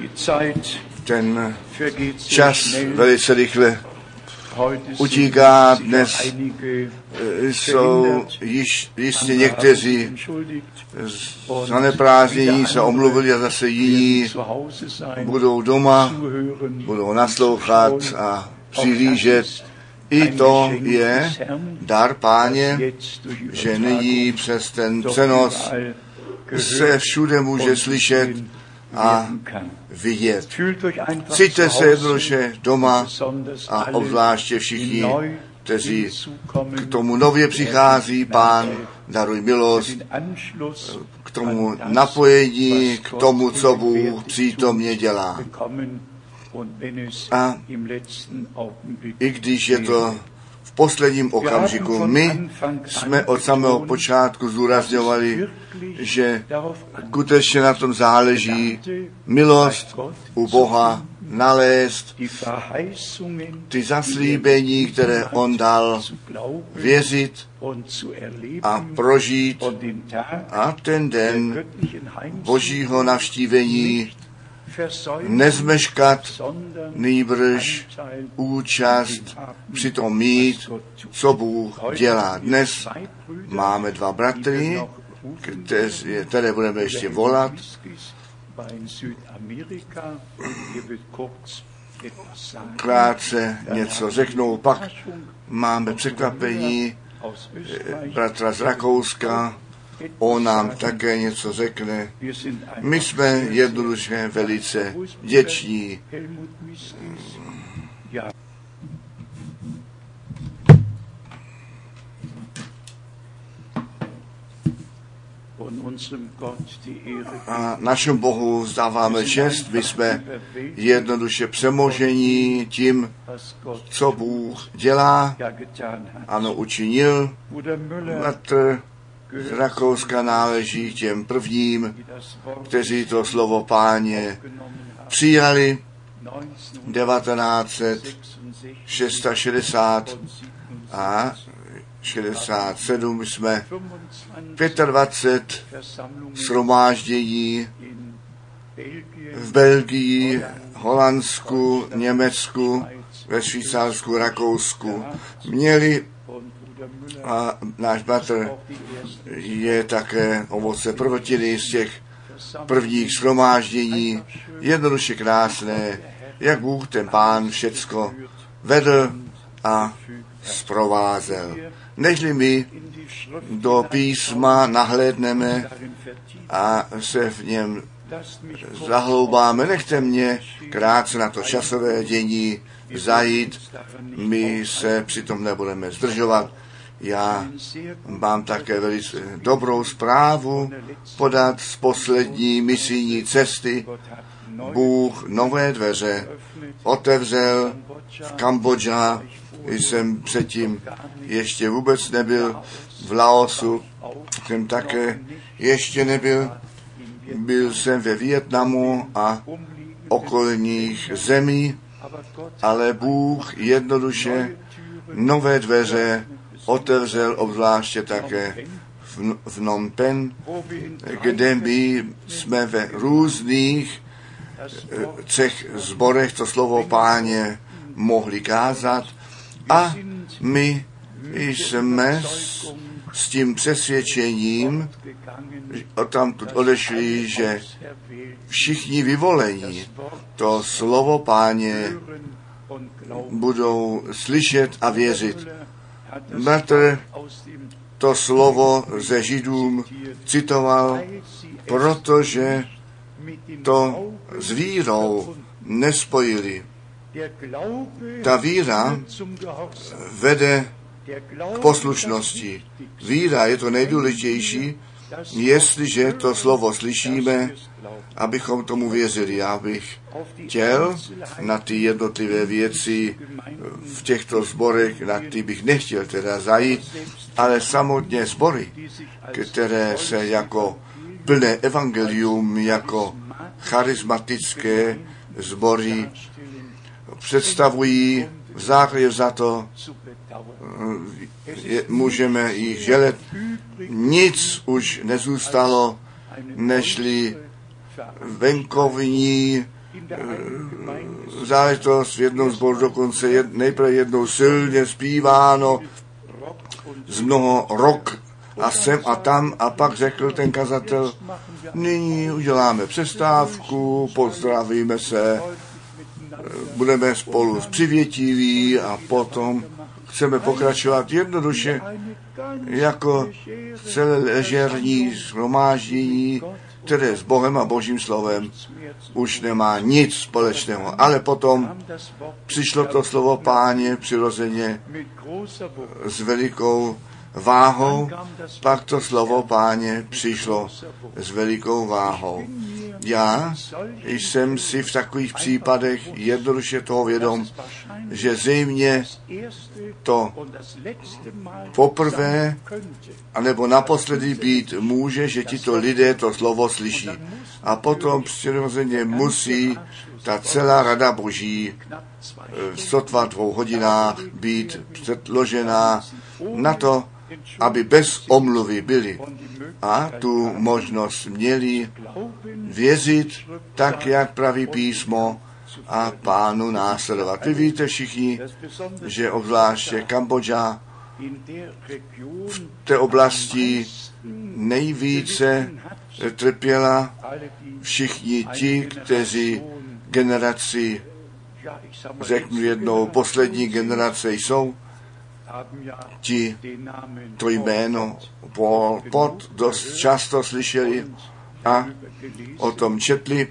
Ten čas velice rychle utíká. Dnes jsou jistě někteří zaneprázdnění se omluvili a zase jiní budou doma, budou naslouchat a přihlížet. I to je dar Páně, že nyní přes ten přenos se všude může slyšet a vidět. Cítíte se jednoduše doma a obzvláště všichni, kteří k tomu nově přichází. Pán, daruj milost k tomu napojení, k tomu, co Bůh přítomně dělá. A i když je to v posledním okamžiku, my jsme od samého počátku zdůrazňovali, že skutečně na tom záleží milost u Boha nalézt ty zaslíbení, které on dal, věřit a prožít a ten den Božího navštívení nezmeškat, nýbrž účast přitom mít, co Bůh dělá. Dnes máme dva bratry, které budeme ještě volat. Krátce něco řeknou, pak máme překvapení bratra z Rakouska, on nám také něco řekne. My jsme jednoduše velice vděční. A našemu Bohu vzdáváme čest, my jsme jednoduše přemožení tím, co Bůh dělá. Ano, učinil. Bratr z Rakouska náleží k těm prvním, kteří to slovo Páně přijali 1966 a 67 jsme 25 shromáždění v Belgii, Holandsku, Německu, ve Švýcarsku, Rakousku měli a náš bratr je také ovoce prvotiny z těch prvních shromáždění. Jednoduše krásné, jak Bůh, ten Pán, všecko vedl a zprovázel. Nežli my do písma nahlédneme a se v něm zahloubáme, nechte mě krátce na to časové dění zajít, my se přitom nebudeme zdržovat. Já mám také velice dobrou zprávu podat z poslední misijní cesty. Bůh nové dveře otevřel v Kambodža. Jsem předtím ještě vůbec nebyl v Laosu, jsem také ještě nebyl. Byl jsem ve Vietnamu a okolních zemí, ale Bůh jednoduše nové dveře otevřel, obzvláště také v Phnom Penh, kde my jsme ve různých třech sborech to slovo Páně mohli kázat a my jsme s tím přesvědčením odtamtud odešli, že všichni vyvolení to slovo Páně budou slyšet a věřit. Bratr to slovo ze Židům citoval, protože to s vírou nespojili. Ta víra vede k poslušnosti. Víra je to nejdůležitější, jestliže to slovo slyšíme, abychom tomu věřili. Já bych chtěl na ty jednotlivé věci v těchto sborech, na ty bych nechtěl teda zajít, ale samotně sbory, které se jako plné evangelium, jako charismatické sbory představují, v základě za to můžeme jich želet. Nic už nezůstalo, nežli venkovní záležitost v jednom sboru dokonce nejprve jednou silně zpíváno z mnoho rok a sem a tam a pak řekl ten kazatel, nyní uděláme přestávku, pozdravíme se, budeme spolu přivětiví a potom chceme pokračovat jednoduše jako celé ležerní shromáždění, které s Bohem a Božím slovem už nemá nic společného. Ale potom přišlo to slovo Páně přirozeně s velikou váhou, pak to slovo Páně přišlo s velikou váhou. Já jsem si v takových případech jednoduše toho vědom, že zřejmě to poprvé anebo naposledy být může, že tito lidé to slovo slyší. A potom přirozeně musí ta celá rada Boží v sotva 2 hodinách být předložená na to, aby bez omluvy byli a tu možnost měli věřit tak, jak praví písmo a Pánu následovat. Vy víte všichni, že obzvláště Kambodža v té oblasti nejvíce trpěla. Všichni ti, kteří generaci, řeknu jednou, poslední generace jsou, ti to jméno Pol Pot dost často slyšeli a o tom četli.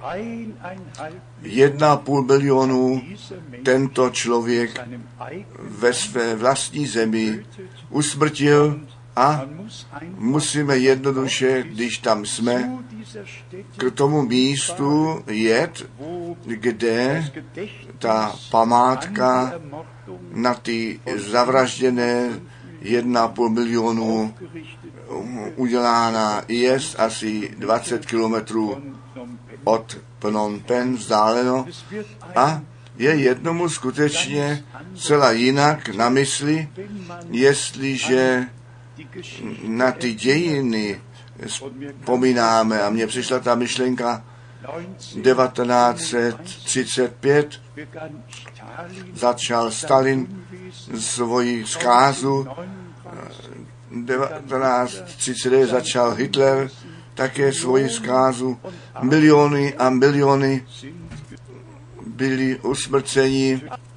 1,5 milionu tento člověk ve své vlastní zemi usmrtil a musíme jednoduše, když tam jsme, k tomu místu jet, kde ta památka na ty zavražděné 1,5 milionu udělána je asi 20 kilometrů od Phnom Penh vzdáleno a je jednomu skutečně celá jinak na mysli, jestliže na ty dějiny vzpomínáme a mně přišla ta myšlenka 1935 začal Stalin svoji zkázu, 1939 začal Hitler také svoji zkázu, miliony a miliony byli usmrceni.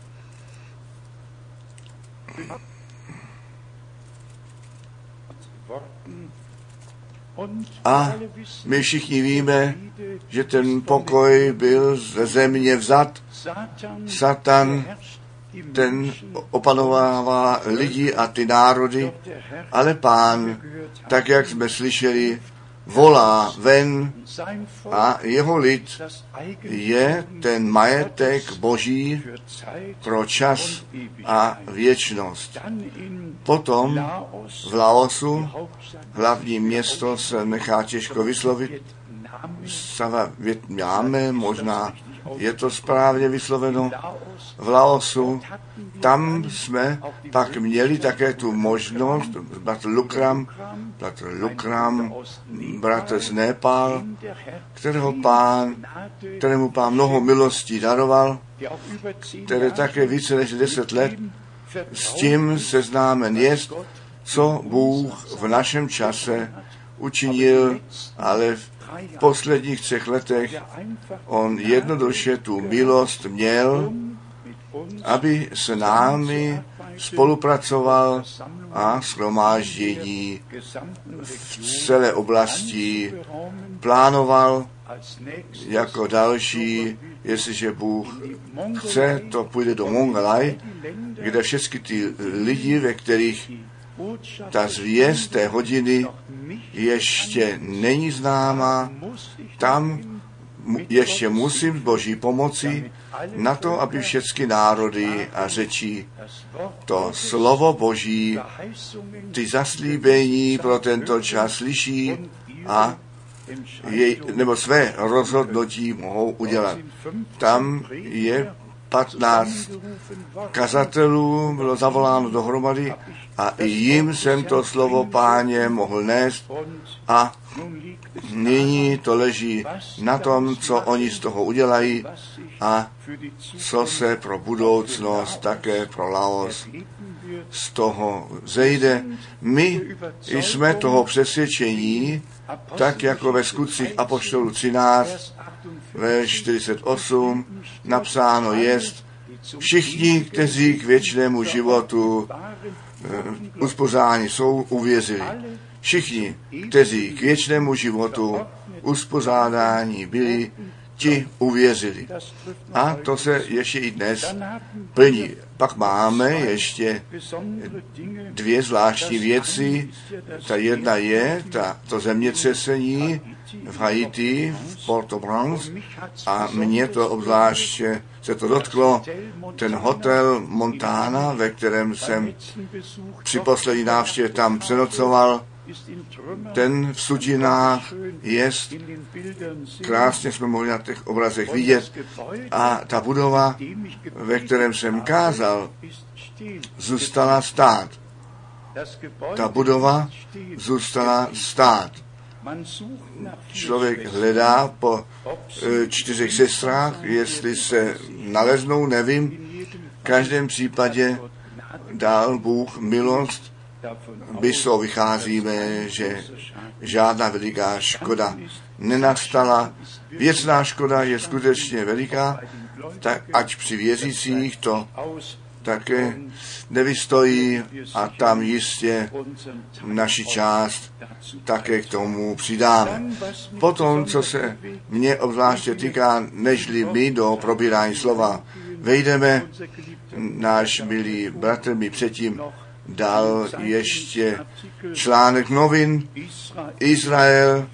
A my všichni víme, že ten pokoj byl ze země vzat. Satan, ten opanovává lidi a ty národy, ale Pán, tak jak jsme slyšeli, volá ven a jeho lid je ten majetek Boží pro čas a věčnost. Potom v Laosu, hlavní město se nechá těžko vyslovit, Sava Vietnáme, možná je to správně vysloveno, v Laosu, tam jsme pak měli také tu možnost, bratr Lukram, bratr z Népal, kterému Pán mnoho milostí daroval, který také více než 10 let s tím seznámen jest, co Bůh v našem čase učinil, ale v posledních 3 letech on jednoduše tu milost měl, aby s námi spolupracoval a shromáždění v celé oblasti plánoval jako další, jestliže Bůh chce, to půjde do Mongalaj, kde všechny ty lidi, ve kterých ta zvěst té hodiny ještě není známá, tam ještě musím s Boží pomoci na to, aby všechny národy a řeči to slovo Boží, ty zaslíbení pro tento čas slyší a nebo své rozhodnutí mohou udělat. Tam je 15 kazatelů bylo zavoláno dohromady a i jim jsem to slovo Páně mohl nést a nyní to leží na tom, co oni z toho udělají a co se pro budoucnost také pro Laos z toho zejde. My jsme toho přesvědčení, tak jako ve Skutcích apoštolů 13, ve 48 napsáno jest, všichni, kteří k věčnému životu uspořádáni jsou, uvěřili. Všichni, kteří k věčnému životu uspořádání byli, ti uvěřili. A to se ještě i dnes plní. Pak máme ještě dvě zvláštní věci. Ta jedna je to zemětřesení v Haiti, v Port-au-Prince, a mě to obzvlášť se to dotklo, ten hotel Montana, ve kterém jsem při poslední návštěvě tam přenocoval. Ten v sudinách jest, krásně jsme mohli na těch obrazech vidět, a ta budova, ve kterém jsem kázal, zůstala stát. Ta budova zůstala stát. Člověk hledá po 4 sestrách, jestli se naleznou, nevím. V každém případě dal Bůh milost. Byso vycházíme, že žádná veliká škoda nenastala. Věcná škoda je skutečně veliká, tak ať při věřících to také nevystojí a tam jistě naši část také k tomu přidáme. Potom, co se mě obzvláště týká, nežli my do probírání slova vejdeme, náš milý bratr mi předtím dal ještě článek novin. Izrael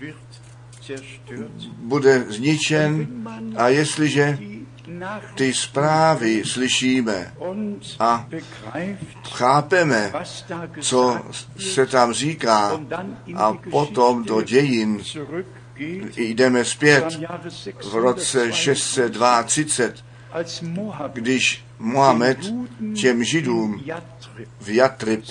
bude zničen, a jestliže ty zprávy slyšíme a chápeme, co se tam říká, a potom do dějin jdeme zpět v roce 632, když Mohamed těm Židům v Jatrib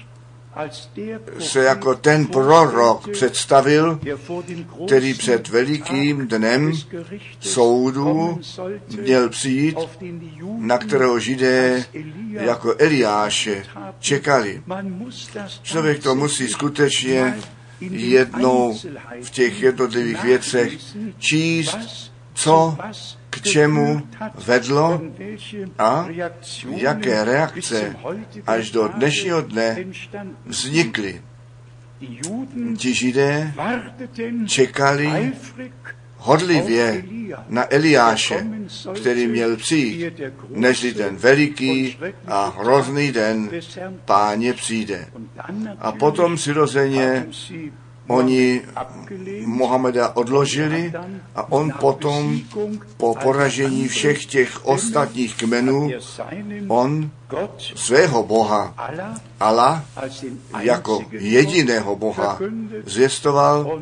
se jako ten prorok představil, který před velikým dnem soudu měl přijít, na kterého Židé jako Eliáše čekali. Člověk to musí skutečně jednou v těch jednotlivých věcech číst, co k čemu vedlo a jaké reakce až do dnešního dne vznikly. Ti Židé čekali horlivě na Eliáše, který měl přijít, nežli ten veliký a hrozný den Páně přijde. A potom přirozeně oni Mohameda odložili a on potom po poražení všech těch ostatních kmenů, on svého Boha, Allah, jako jediného Boha zvěstoval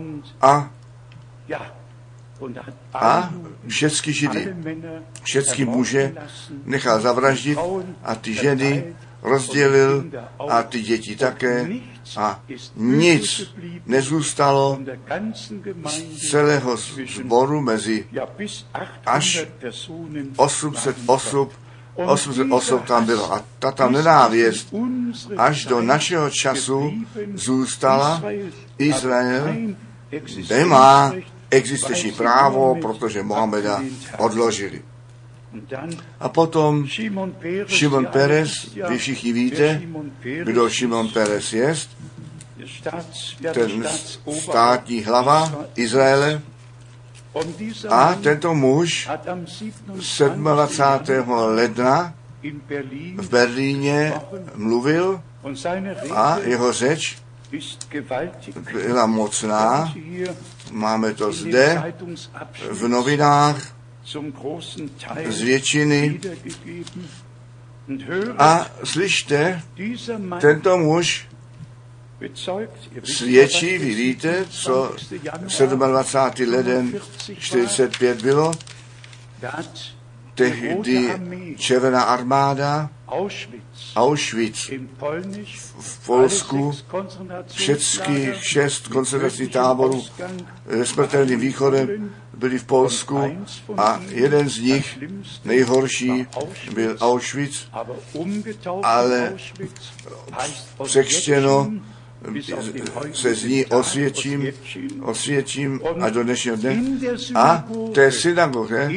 a všechny Židy, všechny muže nechal zavraždit a ty ženy rozdělil a ty děti také, a nic nezůstalo z celého sboru mezi až 800 osob tam bylo. A ta nenávěst až do našeho času zůstala. Izrael nemá existenční právo, protože Mohameda odložili. A potom Šimon Peres, vy všichni víte, kdo Šimon Peres je, ten státní hlava Izraele. A tento muž 27. ledna v Berlíně mluvil a jeho řeč byla mocná. Máme to zde v novinách z většiny. A slyšte, tento muž svědčí, vy víte, co 27. leden 45 bylo. tehdy Červená armáda, Auschwitz v Polsku, všechny 6 koncentračních táborů smrtelným východem byli v Polsku a jeden z nich, nejhorší, byl Auschwitz, ale překřtěno se zní osvědčím až do dnešního dne. A té synagoze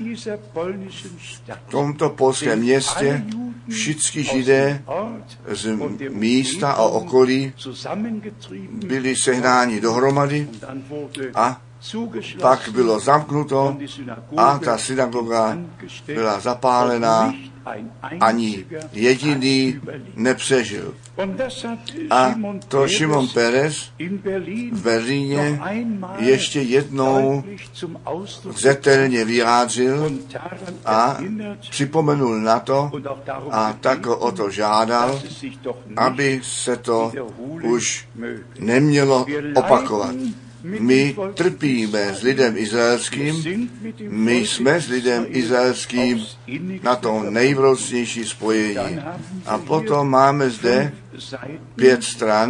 v tomto polském městě všichni Židé z místa a okolí byli sehnáni dohromady a pak bylo zamknuto a ta synagoga byla zapálená, ani jediný nepřežil. A to Šimon Peres v Berlíně ještě jednou zřetelně vyjádřil a připomenul na to a tak o to žádal, aby se to už nemělo opakovat. My trpíme s lidem izraelským, my jsme s lidem izraelským na tom nejvroucnější spojení. A potom máme zde 5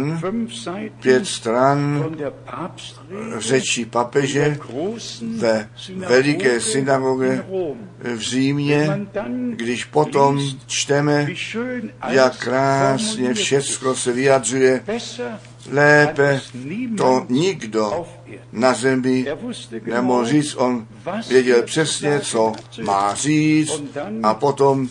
stran řečí papeže ve veliké synagoge v Římě, když potom čteme, jak krásně všecko se vyjadřuje, lépe to nikdo na zemi nemohl říct. On věděl přesně, co má říct a potom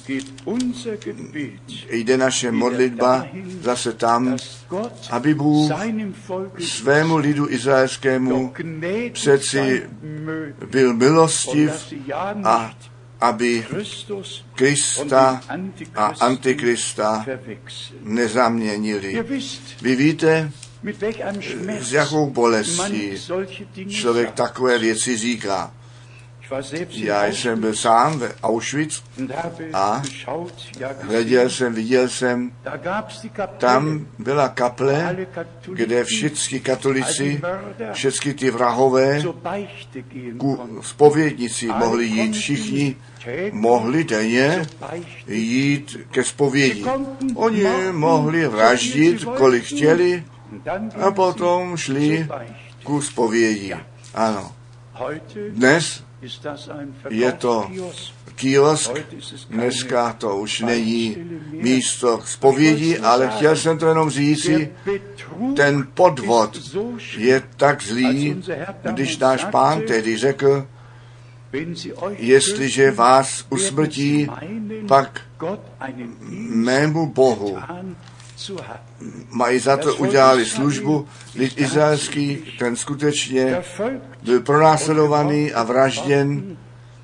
jde naše modlitba zase tam, aby Bůh svému lidu izraelskému přeci byl milostiv a aby Krista a Antikrista nezaměnili. Vy víte, s jakou bolestí člověk takové věci říká. Já jsem byl sám ve Auschwitz a viděl jsem, tam byla kaple, kde všichni katolici, všichni ty vrahové ku zpovědnici mohli jít. Všichni mohli denně jít ke zpovědi. Oni mohli vraždit, kolik chtěli, a potom šli ku zpovědi. Ano. Dnes je to kiosk, dneska to už není místo zpovědi, ale chtěl jsem to jenom říci, ten podvod je tak zlý, když náš Pán tehdy řekl, jestliže vás usmrtí, pak mému Bohu mají za to udělali službu. Lid izraelský, ten skutečně byl pronásledovaný a vražděn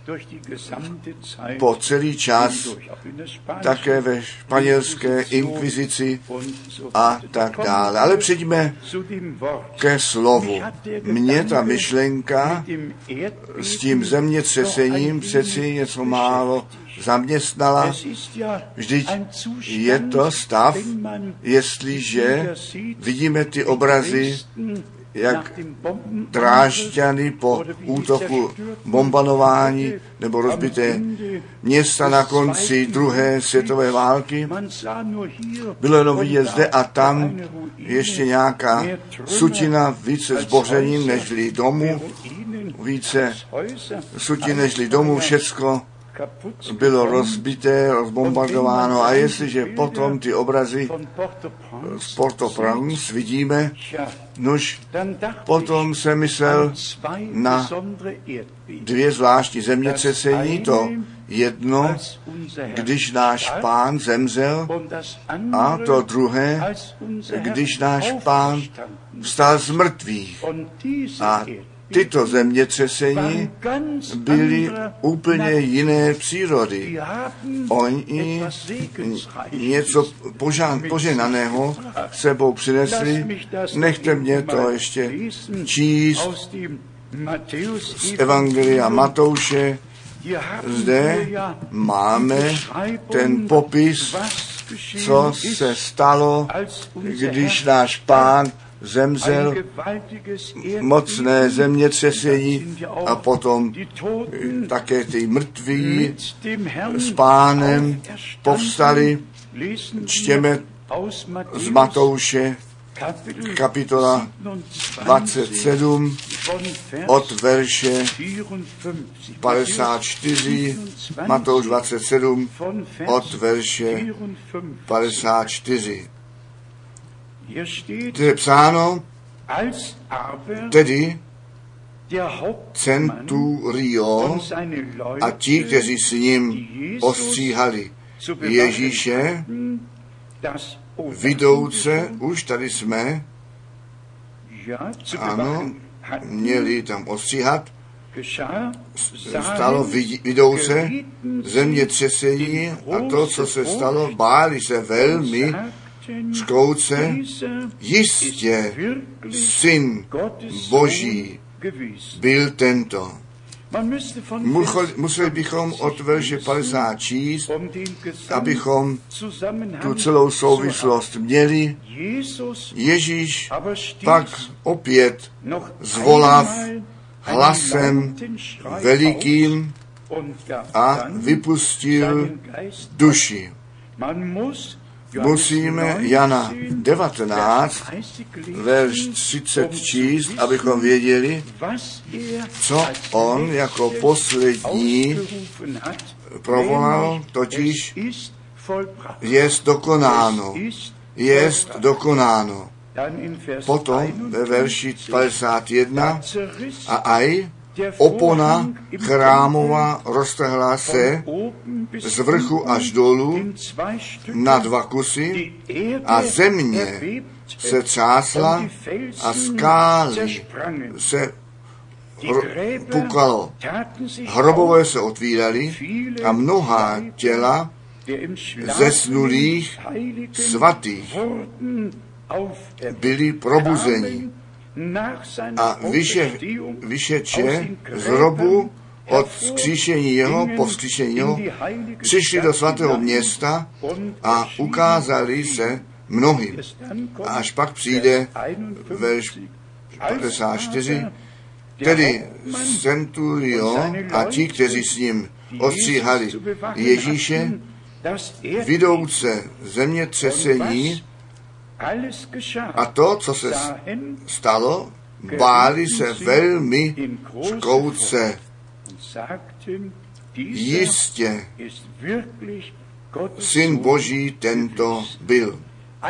po celý čas, také ve španělské inkvizici a tak dále. Ale přijďme ke slovu. Mě ta myšlenka s tím zemětřesením přeci něco málo zaměstnala. Vždyť je to stav, jestliže vidíme ty obrazy, jak Drážďany po útoku bombardování nebo rozbité města na konci druhé světové války. Bylo jenom vidět zde a tam ještě nějaká sutina více zbořenin nežli domů, více sutin nežli domů, všecko bylo rozbité, rozbombardováno a jestliže potom ty obrazy z Port-au-Prince vidíme, nož potom jsem myslel na 2 zvláštní zemětřesení, to jedno, když náš Pán zemřel a to druhé, když náš Pán vstal z mrtvých. A tyto zemětřesení byly úplně jiné přírody. Oni něco požehnaného sebou přinesli. Nechte mě to ještě číst z Evangelia Matouše. Zde máme ten popis, co se stalo, když náš Pán zemřel, mocné zemětřesení a potom také ty mrtví s Pánem povstali. Čtěme z Matouše kapitola 27 od verše 54, Matouš 27 od verše 54. To je psáno, tedy centurion a ti, kteří s ním ostříhali Ježíše, vidouce, už tady jsme, ano, měli tam ostříhat, stalo vidouce zemětřesení a to, co se stalo, báli se velmi, zkouce, jistě Syn Boží byl tento. Museli bychom od verše 50 číst, abychom tu celou souvislost měli. Ježíš pak opět zvolav hlasem velikým a vypustil duši. Musíme Jana 19, verš 30 číst, abychom věděli, co on jako poslední provolal, totiž jest dokonáno. Jest dokonáno. Potom ve verši 51 a aj opona chrámová roztrhla se z vrchu až dolů na 2 kusy a země se třásla a skály se pukalo. Hrobové se otvíraly a mnohá těla zesnulých svatých byli probuzeni. A vyšeče z hrobu od vzkříšení jeho, po vzkříšení jeho, přišli do svatého města a ukázali se mnohým. A až pak přijde verš 54, tedy centurion a ti, kteří s ním ostříhali Ježíše, vidouce zemětřesení a to, co se stalo, báli se velmi zkouce. Jistě Syn Boží tento byl.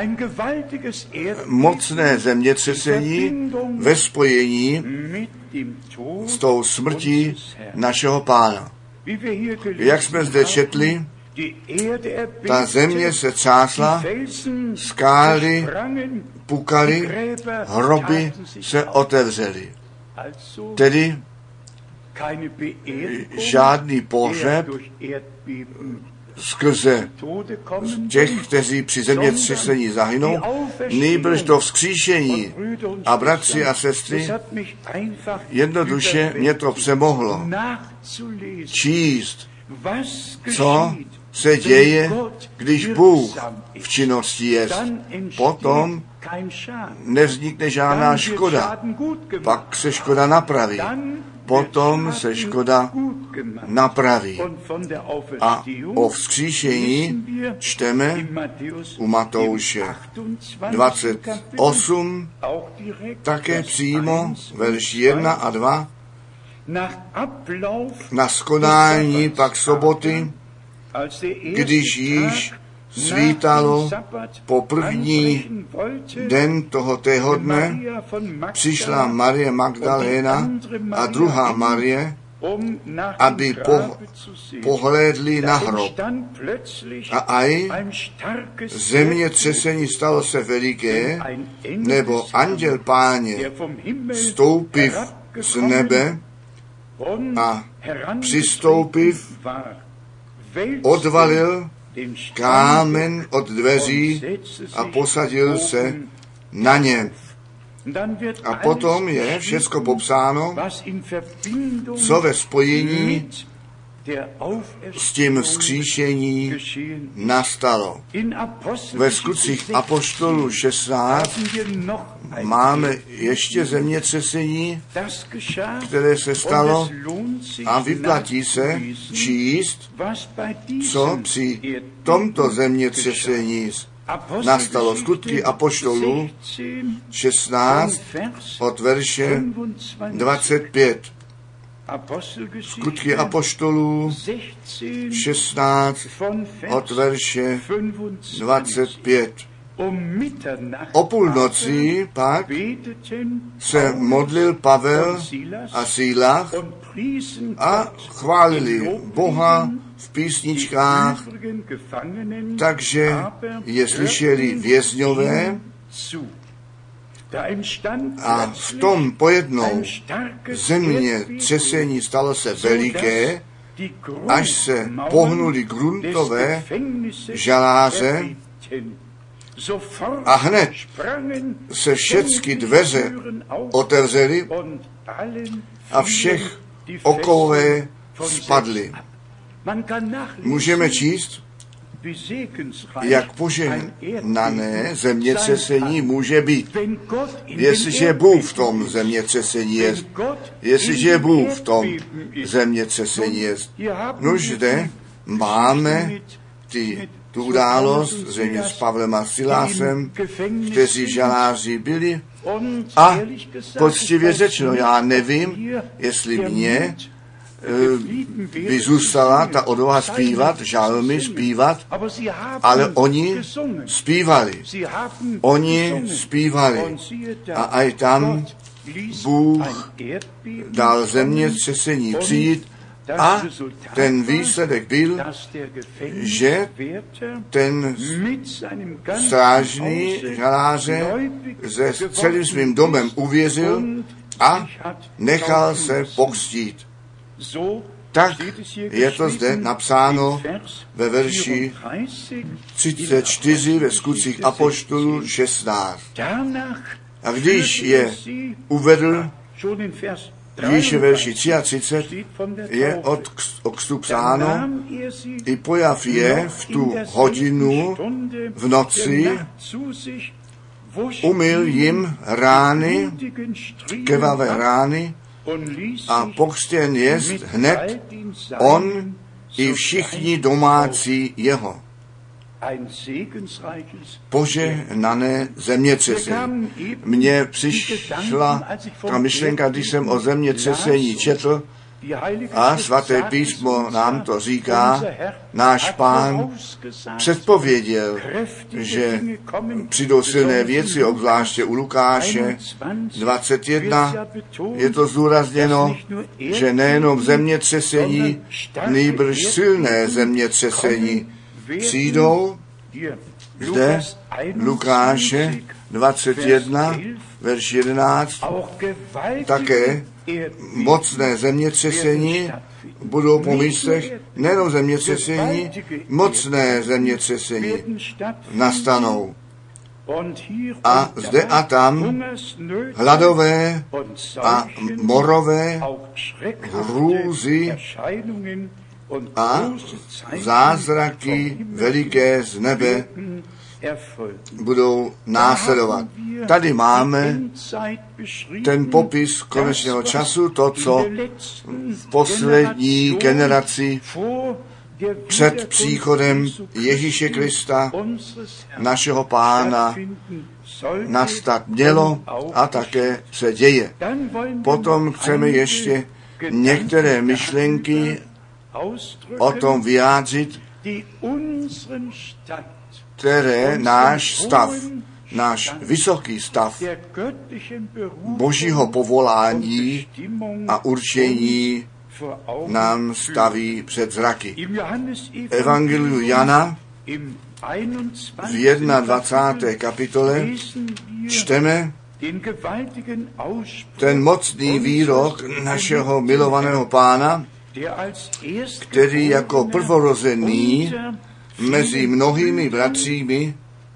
Mocné zemětřesení ve spojení s tou smrtí našeho Pána. Jak jsme zde četli, ta země se třásla, skály pukaly, hroby se otevřely. Tedy žádný pohřeb skrze těch, kteří při zemětřesení zahynou, nýbrž do vzkříšení. A bratři a sestry, jednoduše mě to přemohlo číst, co se děje, když Bůh v činnosti je. Potom nevznikne žádná škoda. Pak se škoda napraví. Potom se škoda napraví. A o vzkříšení čteme u Matouše 28, také přímo verš 1 a 2. Na skonání pak soboty, když již svítalo po první den tohoto dne, přišla Marie Magdaléna a druhá Marie, aby pohlédli na hrob. A aj zemětřesení stalo se veliké, nebo anděl Páně stoupil z nebe a přistoupiv odvalil kámen od dveří a posadil se na ně. A potom je všecko popsáno, co ve spojení s tím vzkříšení nastalo. Ve skutcích apoštolů 16 máme ještě zemětřesení, které se stalo a vyplatí se číst, co při tomto zemětřesení nastalo. Skutky apoštolů 16 od verše 25. Skutky apoštolů 16 od verše 25. O půlnoci pak se modlil Pavel a Síla a chválili Boha v písničkách, takže je slyšeli vězňové a v tom pojednou zemětřesení stalo se veliké, až se pohnuli gruntové žaláře a hned se všechny dveře otevřely a všech okové spadly. Můžeme číst, jak požehnané zemětřesení může být. Jestliže Bůh v tom zemětřesení je, jestliže Bůh v tom zemětřesení je. No zde máme tu událost, zřejmě s Pavlem a Silásem, kteří žaláři byli. A poctivě řečeno, já nevím, jestli mě by zůstala ta odvaha zpívat, žalmy zpívat, ale oni zpívali. Oni zpívali. A aj tam Bůh dal zemětřesení přijít a ten výsledek byl, že ten strážný žaláře se celým svým domem uvěřil a nechal se pokřtít. Tak je to zde napsáno ve verši 34 ve Skutcích apoštolů 16. A když je uvedl, již ve verši 33 je od křtu psáno, i pojav je v tu hodinu v noci, umyl jim rány, krvavé rány, a pokřtěn jest hned on i všichni domácí jeho. Požehnané zemětřesení. Mně přišla ta myšlenka, když jsem o zemětřesení četl, a svaté písmo nám to říká, náš Pán předpověděl, že přijdou silné věci, obzvláště u Lukáše 21, je to zdůrazněno, že nejenom zemětřesení, nýbrž silné zemětřesení přijdou. Zde Lukáše 21, verš 11, také mocné zemětřesení budou po místech, nejenom zemětřesení, mocné zemětřesení nastanou. A zde a tam hladové a morové hrůzy a zázraky veliké z nebe budou následovat. Tady máme ten popis konečného času, to, co v poslední generaci před příchodem Ježíše Krista, našeho Pána, nastat mělo a také se děje. Potom chceme ještě některé myšlenky o tom vyjádřit, které náš stav, náš vysoký stav Božího povolání a určení nám staví před zraky. Evangeliu Jana v 21. kapitole čteme ten mocný výrok našeho milovaného Pána, který jako prvorozený mezi mnohými bratřími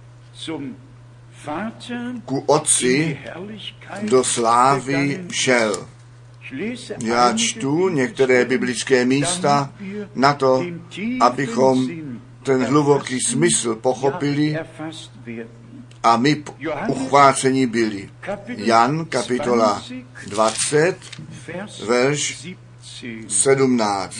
ku Otci do slávy šel. Já čtu některé biblické místa na to, abychom ten hluboký smysl pochopili a my uchváceni byli. Jan kapitola 20, verš 17.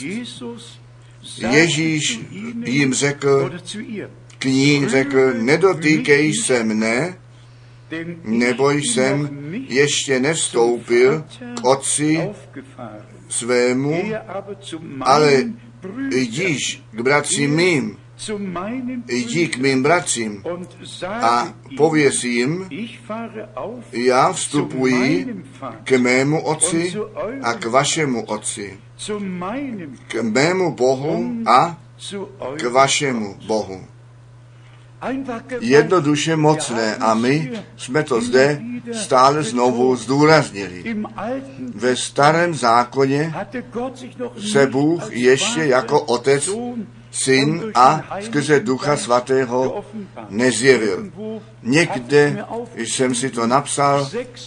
Ježíš jim řekl, k ní řekl, nedotýkej se mne, nebo jsem ještě nevstoupil k otci svému, ale jdíš k bratřím mým, jdi k mým bratřím a pověz jim, já vstupuji k mému otci a k vašemu otci, k mému Bohu a k vašemu Bohu. Jednoduše mocné a my jsme to zde stále znovu zdůraznili. Ve starém zákoně se Bůh ještě jako Otec, Syn a skrze Ducha Svatého nezjevil. Někde jsem si to napsal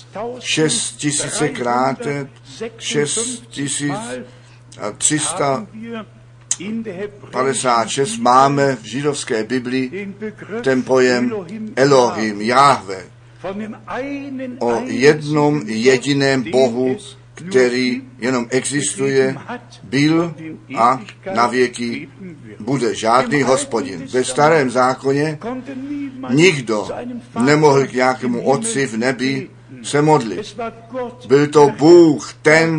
6356 máme v židovské Biblii ten pojem Elohim, Jahve, o jednom jediném Bohu, který jenom existuje, byl a na věky bude, žádný Hospodin. Ve starém zákoně nikdo nemohl k nějakému otci v nebi se modlit. Byl to Bůh, ten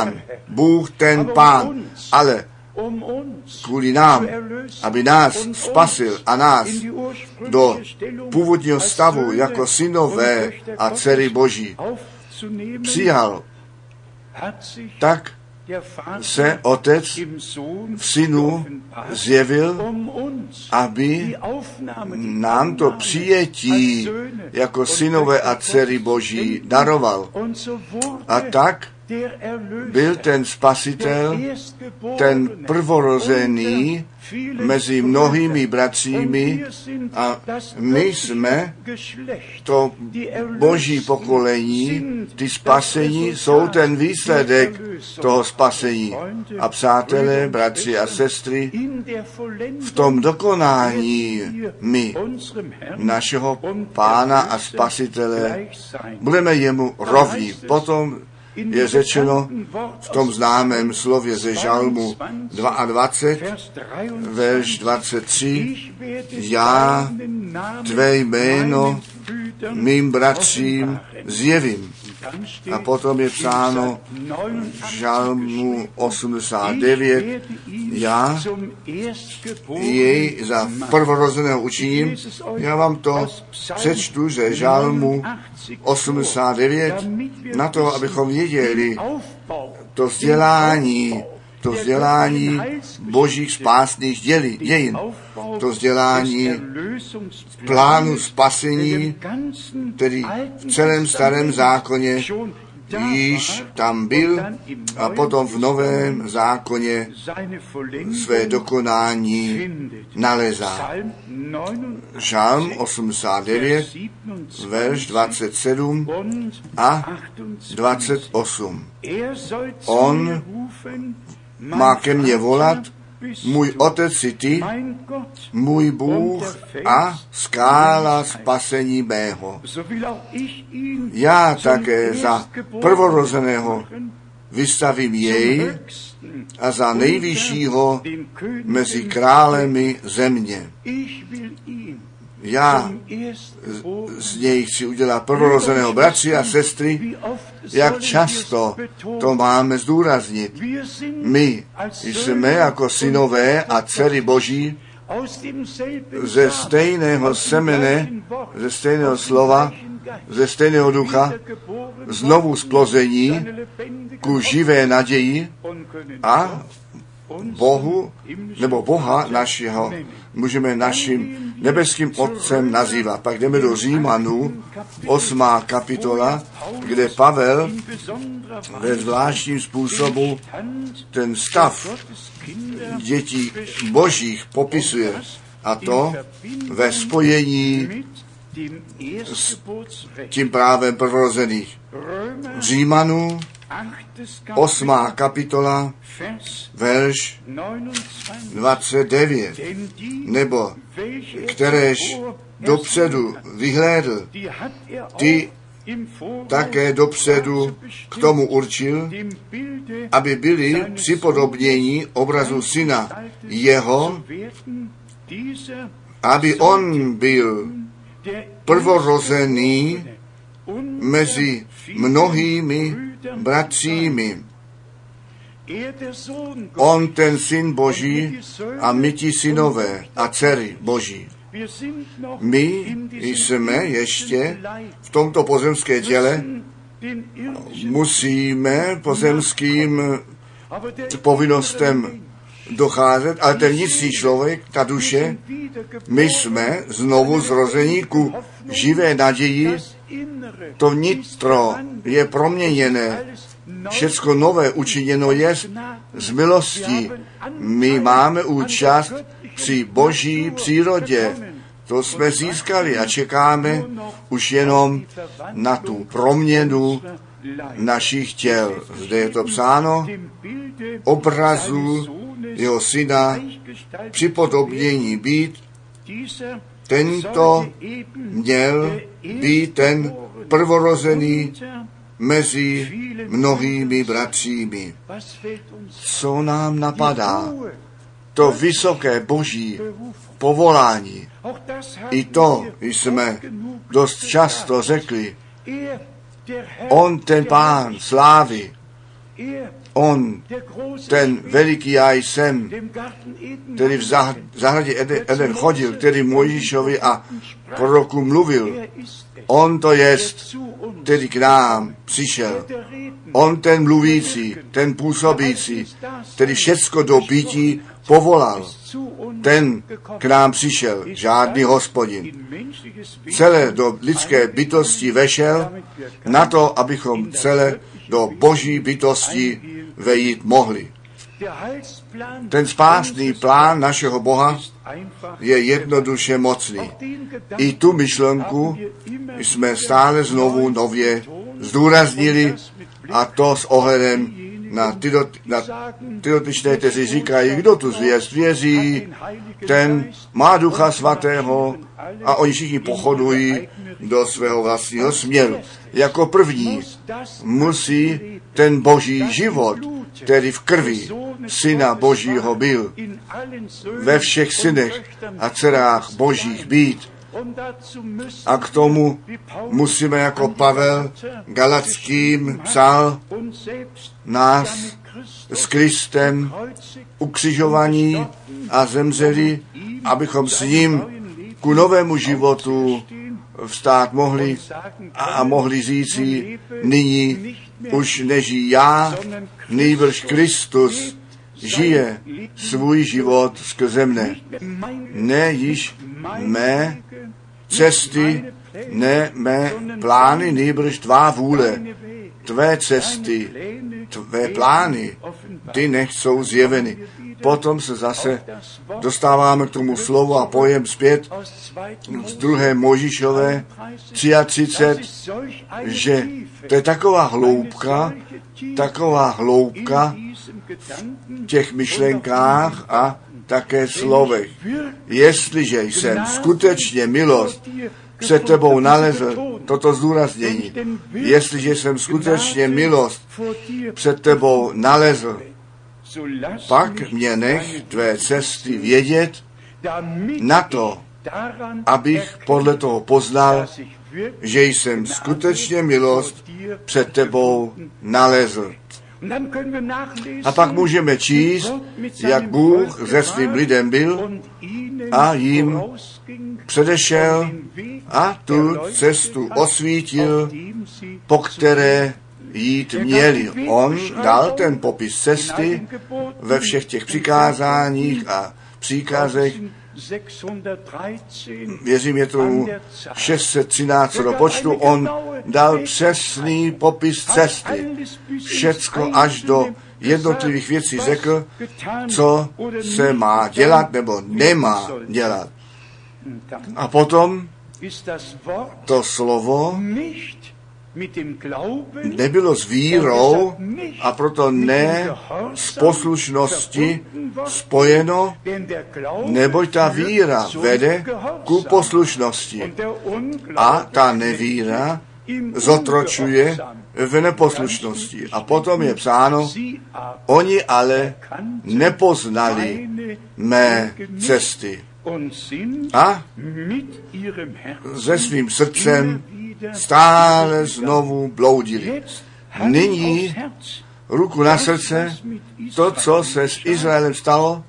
Pán, ale kvůli nám, aby nás spasil a nás do původního stavu jako synové a dcery Boží přijal, tak se Otec v Synu zjevil, aby nám to přijetí jako synové a dcery Boží daroval. A tak byl ten Spasitel, ten prvorozený mezi mnohými bratřími a my jsme to Boží pokolení, ty spasení jsou ten výsledek toho spasení. A přátelé, bratři a sestry, v tom dokonání my, našeho Pána a Spasitele, budeme jemu rovní. Potom je řečeno v tom známém slově ze Žalmu 22, verš 23, já tvé jméno mým bratřím zjevím. A potom je psáno v Žalmu 89, já jej za prvorozeného učiním. Já vám to přečtu ze Žalmu 89, na to, abychom věděli to vzdělání božích spásných dějin, to vzdělání plánu spasení, který v celém starém zákoně již tam byl a potom v novém zákoně své dokonání nalezá. Žalm 89, verš 27 a 28. On má ke mně volat, můj otec si ty, můj Bůh a skála spasení mého. Já také za prvorozeného vystavím jej a za nejvyššího mezi králemi země. Já z něj chci udělat prvorozeného, bratři a sestry, jak často to máme zdůraznit. My jsme jako synové a dcery Boží ze stejného semene, ze stejného slova, ze stejného ducha, znovu splození ku živé naději a Bohu, nebo Boha našeho, můžeme naším nebeským Otcem nazývat. Pak jdeme do Římanů, 8. kapitola, kde Pavel ve zvláštním způsobu ten stav dětí božích popisuje. A to ve spojení s tím právem prvorozených. Římanů 8. kapitola, verš 29, nebo kteréž dopředu vyhlédl, ty také dopředu k tomu určil, aby byli připodobněni obrazu syna jeho, aby on byl prvorozený mezi mnohými bratřími. On ten syn Boží a my ti synové a dcery Boží. My jsme ještě v tomto pozemské těle, musíme pozemským povinnostem docházet, ale ten vnitřní člověk, ta duše, my jsme znovu zrození ku živé naději, to vnitro je proměněné, všecko nové učiněno je z milostí. My máme účast při Boží přírodě. To jsme získali a čekáme už jenom na tu proměnu našich těl. Zde je to psáno, obrazu jeho syna připodobnění být. Tento měl být ten prvorozený mezi mnohými bratřími. Co nám napadá? To vysoké Boží povolání. I to jsme dost často řekli. On ten Pán slávy, on ten veliký já jsem, který v zahradě Eden chodil, který Mojžíšovi a proroku mluvil. On to jest, který k nám přišel. On ten mluvící, ten působící, který všecko do bytí povolal. Ten k nám přišel, žádný Hospodin. Celé do lidské bytosti vešel na to, abychom celé do Boží bytosti vejít mohli. Ten spásný plán našeho Boha je jednoduše mocný. I tu myšlenku jsme stále znovu nově zdůraznili, a to s ohledem na ty dotyčné, kteří říkají, kdo tu zvěst věří, ten má Ducha Svatého a oni všichni pochodují do svého vlastního směru. Jako první musí ten Boží život, který v krvi Syna Božího byl, ve všech synech a dcerách Božích být. A k tomu musíme, jako Pavel Galackým psal, nás s Kristem ukřižovaní a zemřeli, abychom s ním ku novému životu vstát mohli a mohli říci, nyní už nežijí já, nýbrž Kristus žije svůj život skrze mne. Ne již mé cesty, ne mé plány, nýbrž tvá vůle, tvé cesty, tvé plány, ty nechť jsou zjeveny. Potom se zase dostáváme k tomu slovu a pojem zpět z 2. Mojžíšové 33, že to je taková hloubka v těch myšlenkách a také slovech. Jestliže jsem skutečně milost před tebou nalezl, toto zdůraznění, jestliže jsem skutečně milost před tebou nalezl, pak mě nech tvé cesty vědět na to, abych podle toho poznal, že jsem skutečně milost před tebou nalezl. A pak můžeme číst, jak Bůh se svým lidem byl a jim předešel a tu cestu osvítil, po které jít měli. On dal ten popis cesty ve všech těch přikázáních a příkazech. Věřím, je tomu 613 do počtu. On dal přesný popis cesty. Všecko až do jednotlivých věcí řekl, co se má dělat nebo nemá dělat. A potom to slovo nebylo s vírou a proto ne s poslušností spojeno, neboť ta víra vede ku poslušnosti a ta nevíra zotročuje v neposlušnosti. A potom je psáno, oni ale nepoznali mé cesty a se svým srdcem stále znovu bloudili. Nyní ruku na srdce, to, co se s Izraelem stalo,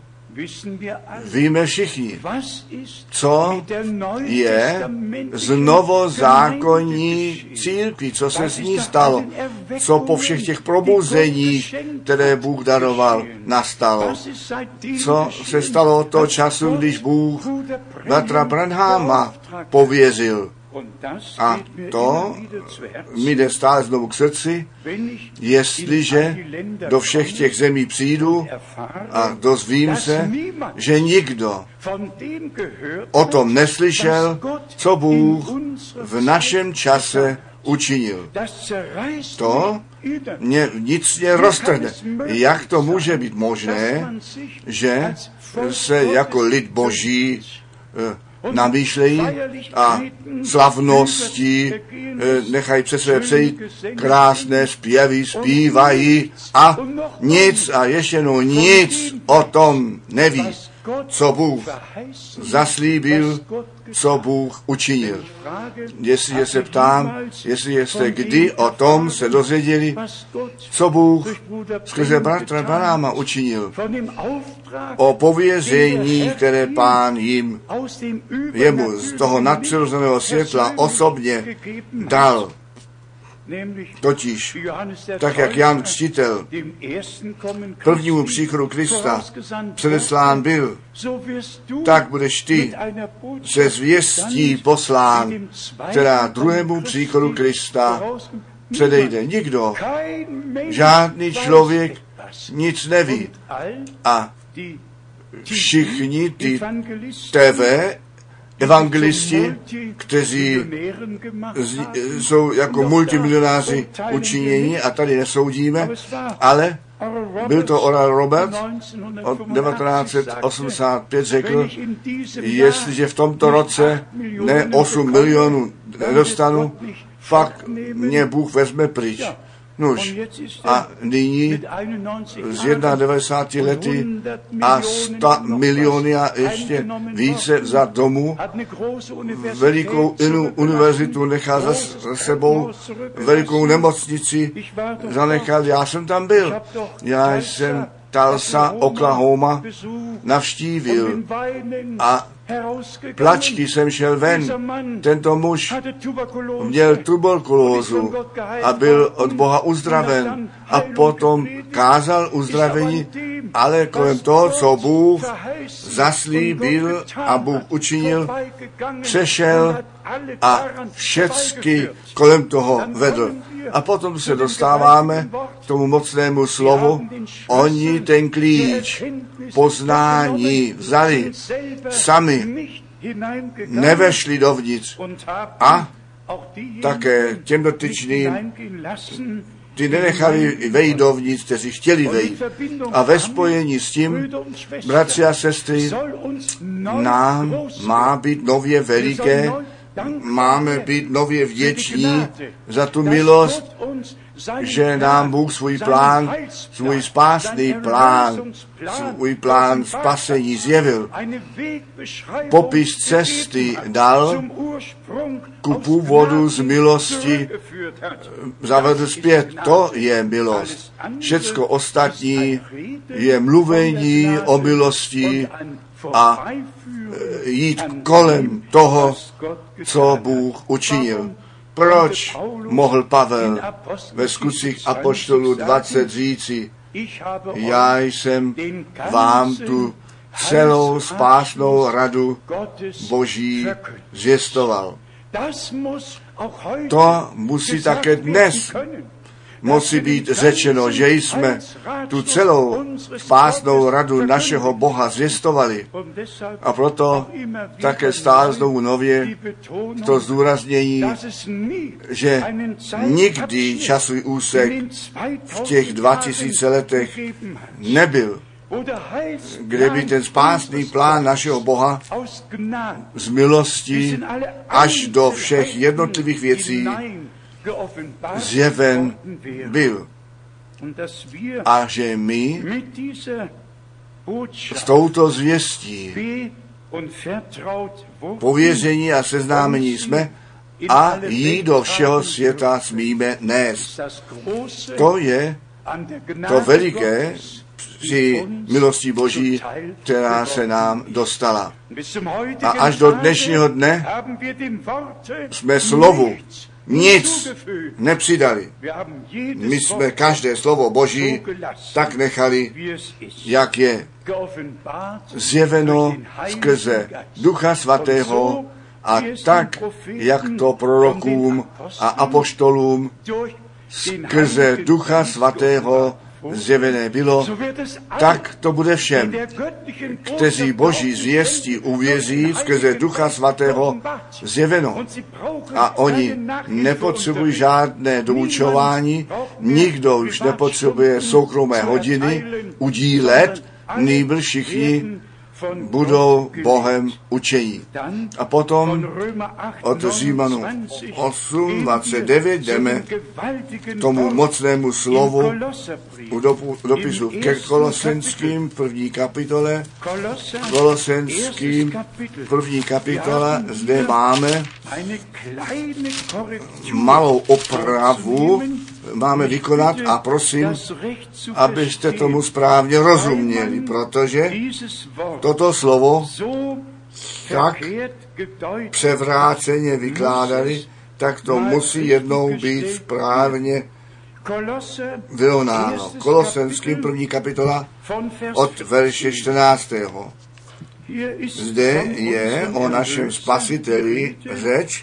víme všichni, co je z novozákonní církví, co se s ní stalo, co po všech těch probuzeních, které Bůh daroval, nastalo. Co se stalo od toho času, když Bůh bratra Branhama pověřil. A to mi jde stále znovu k srdci, jestliže do všech těch zemí přijdu a dozvím se, že nikdo o tom neslyšel, co Bůh v našem čase učinil. To mě vnitřně roztrhne. Jak to může být možné, že se jako lid Boží namýšlejí a slavnosti nechají přes své přejít, krásné zpěvy zpívají a nic a ještě nic o tom neví, co Bůh zaslíbil, co Bůh učinil. Jestliže se ptám, jestli jste kdy o tom se dozvěděli, co Bůh skrze bratra Branhama učinil, o pověření, které Pán jemu z toho nadpřirozeného světla osobně dal. Totiž, tak jak Jan Křtitel prvnímu příchodu Krista předeslán byl, tak budeš ty se zvěstí poslán, která druhému příchodu Krista předejde. Nikdo, žádný člověk nic neví. A všichni ty TV evangelisti, kteří jsou jako multimilionáři učinění a tady nesoudíme, ale byl to Oral Roberts od 1985 řekl, jestliže v tomto roce ne 8 milionů nedostanu, pak mě Bůh vezme pryč. Nuž, a nyní z 91 lety a 100 miliony a ještě více za domu velikou univerzitu nechal za sebou, velikou nemocnici zanechal. Já jsem tam byl. Já jsem Tulsa, Oklahoma navštívil a plačky jsem šel ven. Tento muž měl tuberkulózu a byl od Boha uzdraven a potom kázal uzdravení, ale kolem toho, co Bůh zaslíbil a Bůh učinil, přešel a všecky kolem toho vedl. A potom se dostáváme k tomu mocnému slovu. Oni ten klíč poznání vzali sami, nevešli dovnitř a také těm dotyčným ty nenechali vejít dovnitř, kteří chtěli vejít. A ve spojení s tím, bratři a sestry, nám má být nově veliké, máme být nově vděční za tu milost, že nám Bůh svůj plán, svůj spásný plán, svůj plán spasení zjevil. Popis cesty dal, ku původu z milosti zavedl zpět. To je milost. Všecko ostatní je mluvení o milosti a jít kolem toho, co Bůh učinil. Proč mohl Pavel ve Skutcích apoštolů 20 říci, já jsem vám tu celou spásnou radu Boží zvěstoval. To musí také dnes moci být řečeno, že jsme tu celou spásnou radu našeho Boha zvěstovali. A proto také stále znovu nově to zdůraznění, že nikdy časový úsek v těch 2000 letech nebyl, kde by ten spásný plán našeho Boha z milosti až do všech jednotlivých věcí zjeven byl. A že my s touto zvěstí pověření a seznámení jsme a jí do všeho světa smíme nést. To je to veliké při milosti Boží, která se nám dostala. A až do dnešního dne jsme slovu nic nepřidali. My jsme každé slovo Boží tak nechali, jak je zjeveno skrze Ducha Svatého a tak, jak to prorokům a apoštolům skrze Ducha Svatého zjevené bylo, tak to bude všem, kteří Boží zvěstí uvěří skrze Ducha Svatého zjeveno. A oni nepotřebují žádné doučování, nikdo už nepotřebuje soukromé hodiny udílet, nýbrž všichni budou Bohem učení. A potom od Římanů 8:29 jdeme k tomu mocnému slovu u dopisu ke Kolosenským 1. kapitole. Kolosenským 1. kapitola, zde máme malou opravu, máme vykonat a prosím, abyste tomu správně rozuměli, protože toto slovo tak převráceně vykládali, tak to musí jednou být správně vyrovnáno. Kolosenským 1. kapitola od verše 14. Zde je o našem Spasiteli řeč.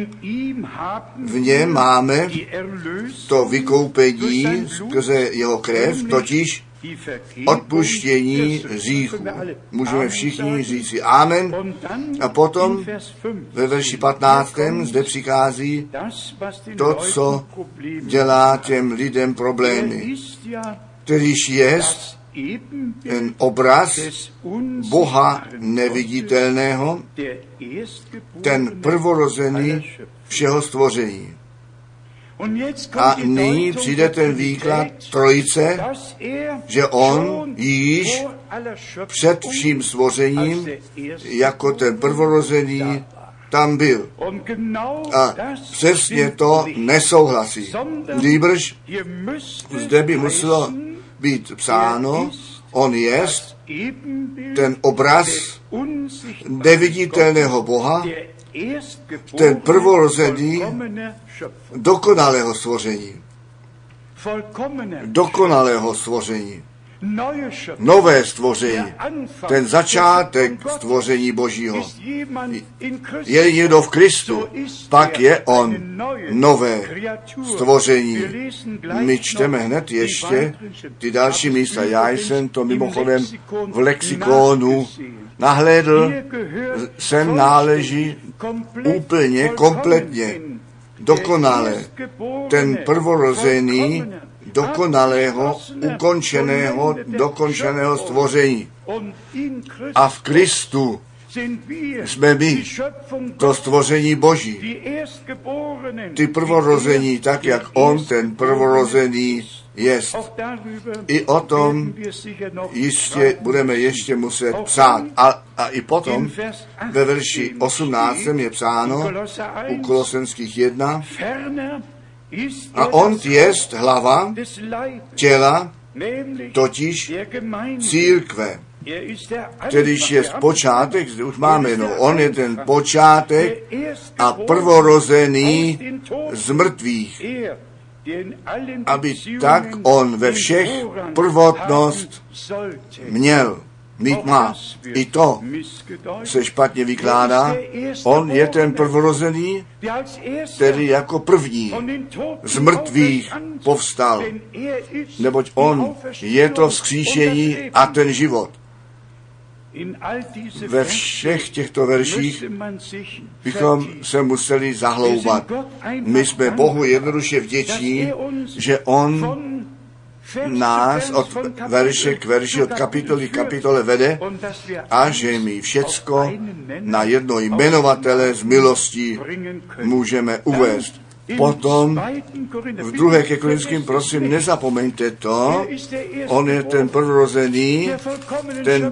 V něm máme to vykoupení skrze jeho krev, totiž odpuštění hříchů. Můžeme všichni říci amen. A potom ve verši 15. zde přichází to, co dělá těm lidem problémy. Kterýž jest ten obraz Boha neviditelného, ten prvorozený všeho stvoření. A nyní přijde ten výklad trojice, že on již před vším stvořením jako ten prvorozený tam byl. A přesně to nesouhlasí. Nýbrž zde by muselo být psáno, on jest ten obraz neviditelného Boha, ten prvorozený dokonalého stvoření. Dokonalého stvoření. Nové stvoření. Ten začátek stvoření Božího. Je někdo v Kristu, pak je on nové stvoření. My čteme hned ještě ty další místa. Já jsem to mimochodem v lexikonu nahlédl, sem náleží úplně, kompletně, dokonale, ten prvorozený, dokonalého, ukončeného, dokončeného stvoření. A v Kristu jsme my, to stvoření Boží, ty prvorození, tak jak on, ten prvorozený, jest. I o tom jistě budeme ještě muset psát. A i potom ve verši 18 je psáno u Kolosenských 1, a on jest hlava těla, totiž církve. Kterýž je počátek, zde už máme jenom, on je ten počátek a prvorozený z mrtvých, aby tak on ve všech prvotnost měl. mít má. I to se špatně vykládá. On je ten prvorozený, který jako první z mrtvých povstal. Neboť on je to vzkříšení a ten život. Ve všech těchto verších bychom se museli zahloubat. My jsme Bohu jednoduše vděční, že on nás od verše k verši, od kapitoly k kapitole vede a že my všecko na jedno jmenovatele z milostí můžeme uvést. Potom v 2. ke Korinským, prosím, nezapomeňte to, on je ten prvorozený, ten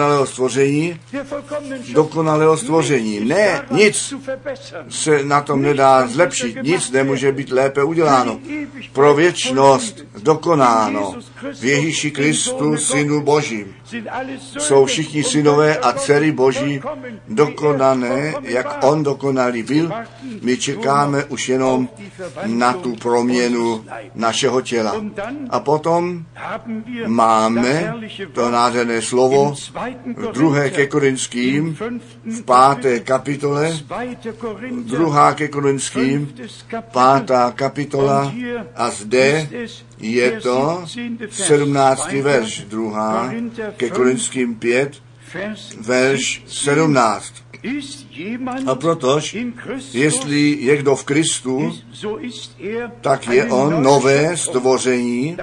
dokonalého stvoření. Ne, nic se na tom nedá zlepšit, nic nemůže být lépe uděláno. Pro věčnost dokonáno v Ježíši Kristu, Synu Božím. Jsou všichni synové a dcery Boží dokonané, jak on dokonalý byl. My čekáme už jenom na tu proměnu našeho těla. A potom máme to nádherné slovo v 2. ke Korinským, v 5. kapitole, 2. ke Korinským, 5. kapitola a zde je to 17. verš, 2. ke Korinským 5, verš 17. A protož, jestli je kdo v Kristu, tak je on nové stvoření,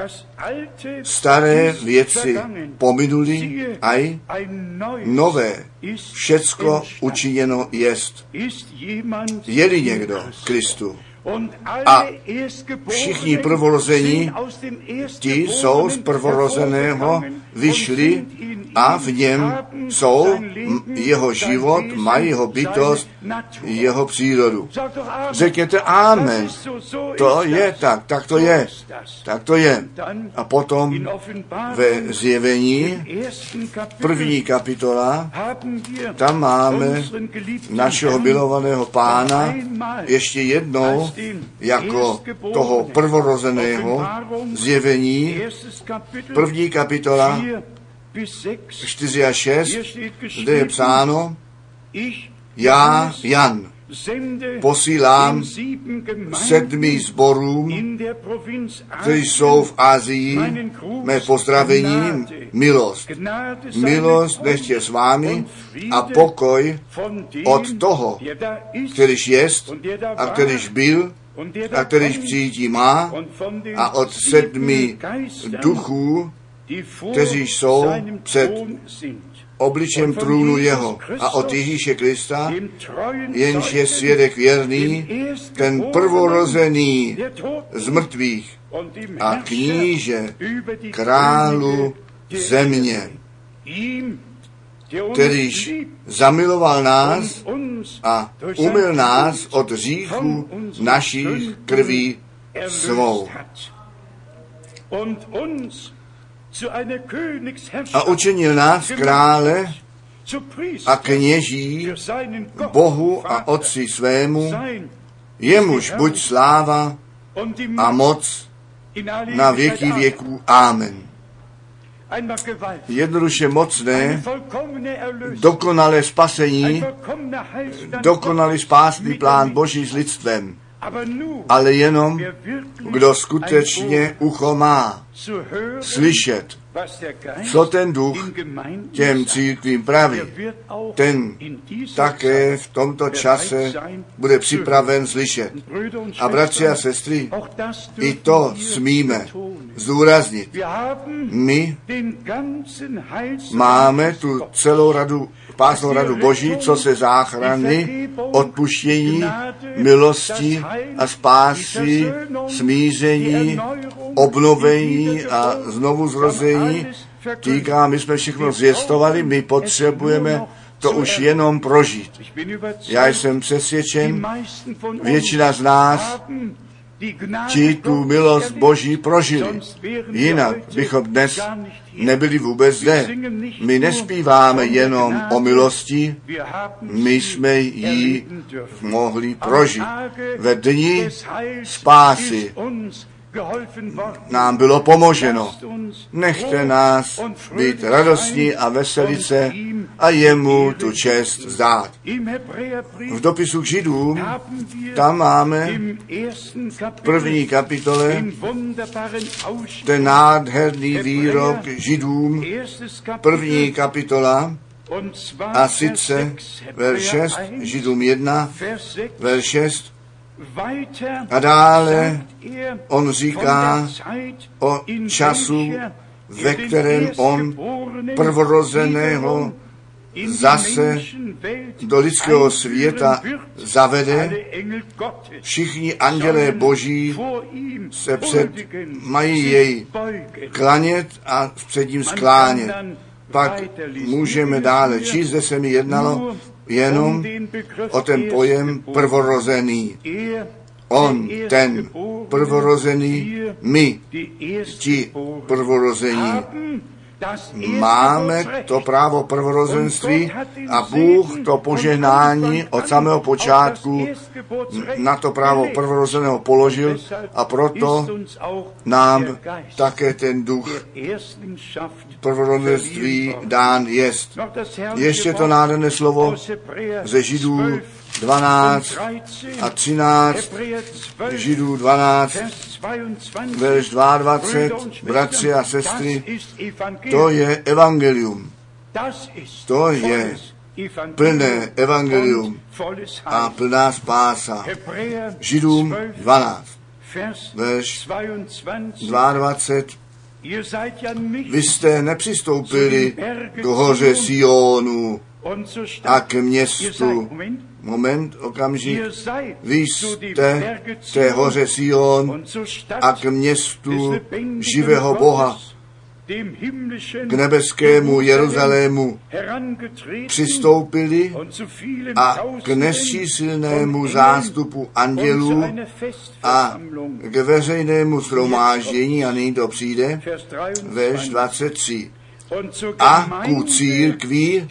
staré věci pominuli, aj nové všecko učiněno jest. Je-li někdo v Kristu. A všichni prvorození, ti jsou z prvorozeného vyšli a v něm jsou jeho život, mají jeho bytost, jeho přírodu. Řekněte amen. To je tak, tak to je. Tak to je. A potom ve Zjevení, 1. kapitola, tam máme našeho milovaného Pána ještě jednou jako toho prvorozeného. Zjevení, 1. kapitola, 4 a 6, zde je psáno, já, Jan, posílám 7 sborům, kteří jsou v Asii, mé pozdravení, milost. Milost nechtě s vámi a pokoj od toho, kterýž jest a kterýž byl a kterýž přijdí má a od 7 duchů, kteří jsou před obličem trůnu jeho a od Ježíše Krista, jenž je svědek věrný, ten prvorozený z mrtvých a kníže králu země, kterýž zamiloval nás a umyl nás od hříchů našich krví svou. A učinil nás krále a kněží Bohu a Otci svému, jemuž buď sláva a moc na věky věků. Amen. Jednoduše mocné, dokonalé spasení, dokonalý spásný plán Boží s lidstvem. Ale jenom, kdo skutečně ucho má slyšet, co ten duch těm církvím praví, ten také v tomto čase bude připraven slyšet. A bratři a sestry, i to smíme zdůraznit. My máme tu celou pásnou radu Boží, co se záchrany, odpuštění, milosti a spásy, smíření, obnovení a znovu zrození týká. My jsme všechno zvěstovali, my potřebujeme to už jenom prožít. Já jsem přesvědčen, většina z nás ti tu milost Boží prožili. Jinak bychom dnes nebyli vůbec zde. My nespíváme jenom o milosti, my jsme ji mohli prožít. Ve dni spásy nám bylo pomoženo. Nechte nás být radostní a veselit se a jemu tu čest vzdát. V dopisu k Židům tam máme v první kapitole ten nádherný výrok Židům, první kapitola, a sice verš 6, Židům 1, verš 6, a dále on říká o času, ve kterém on prvorozeného zase do lidského světa zavede. Všichni andělé boží se mají jej klanět a před ním sklánět. Pak můžeme dále číst, zde se mi jednalo jenom o ten pojem prvorozený. On, ten prvorozený, my, ti prvorození. Máme to právo prvorozenství a Bůh to požehnání od samého počátku na to právo prvorozeného položil a proto nám také ten duch prvorozenství dán jest. Ještě to nádherné slovo ze Židů 12 a 13, Židů 12, verš 22, bratři a sestry, to je evangelium. To je plné evangelium a plná spása. Židům 12, verš 22. Vy jste nepřistoupili k hoře Sionu a k městu. Moment, okamžik. Vy jste té hoře Sion a k městu živého Boha, k nebeskému Jeruzalému přistoupili a k nesčíslnému zástupu andělů a k veřejnému shromáždění, a nyní to přijde, verš 23. A ku církvi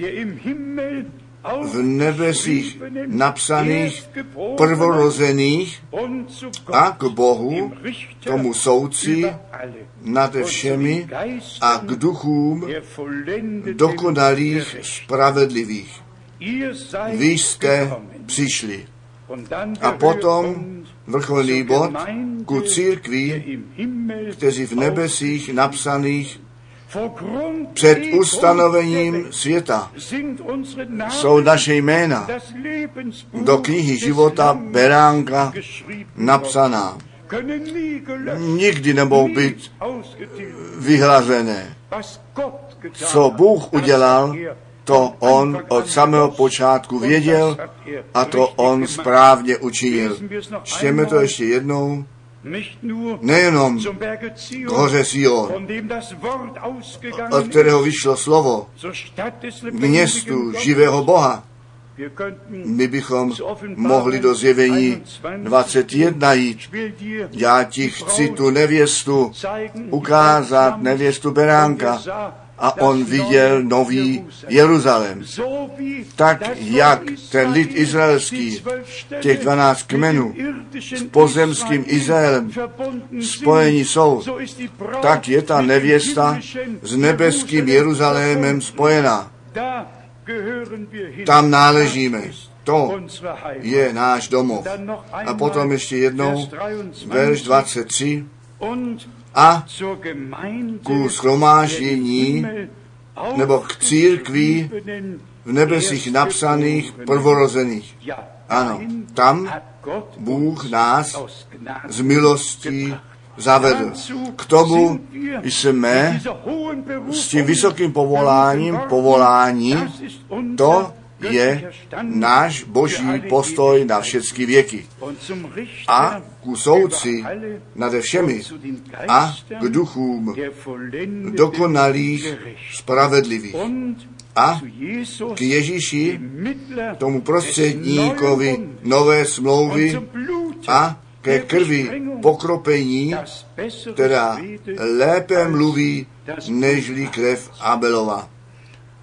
v nebesích napsaných prvorozených a k Bohu, tomu soudci nad všemi a k duchům dokonalých spravedlivých. Vy jste přišli. A potom vrcholný bod ku církvi, kteří v nebesích napsaných před ustanovením světa jsou naše jména do knihy života beránka napsaná. Nikdy nemohou být vyhlazené. Co Bůh udělal, to on od samého počátku věděl a to on správně učinil. Čtěme to ještě jednou. Nejenom k hoře Sion, od kterého vyšlo slovo, k městu živého Boha. My bychom mohli do Zjevení 21 jít. Já ti chci tu nevěstu ukázat, nevěstu beránka. A on viděl nový Jeruzalém. Tak, jak ten lid izraelský, těch 12 kmenů, s pozemským Izraelem spojení jsou, tak je ta nevěsta s nebeským Jeruzalémem spojená. Tam náležíme. To je náš domov. A potom ještě jednou, verš 23, a ku shromáždění nebo k církvi v nebesích napsaných prvorozených. Ano, tam Bůh nás z milostí zavedl. K tomu jsme s tím vysokým povolání, to je náš boží postoj na všechny věky. A ku soudci nade všemi a k duchům dokonalých spravedlivých. A k Ježíši, tomu prostředníkovi nové smlouvy a ke krvi pokropení, která lépe mluví nežli krev Abelova.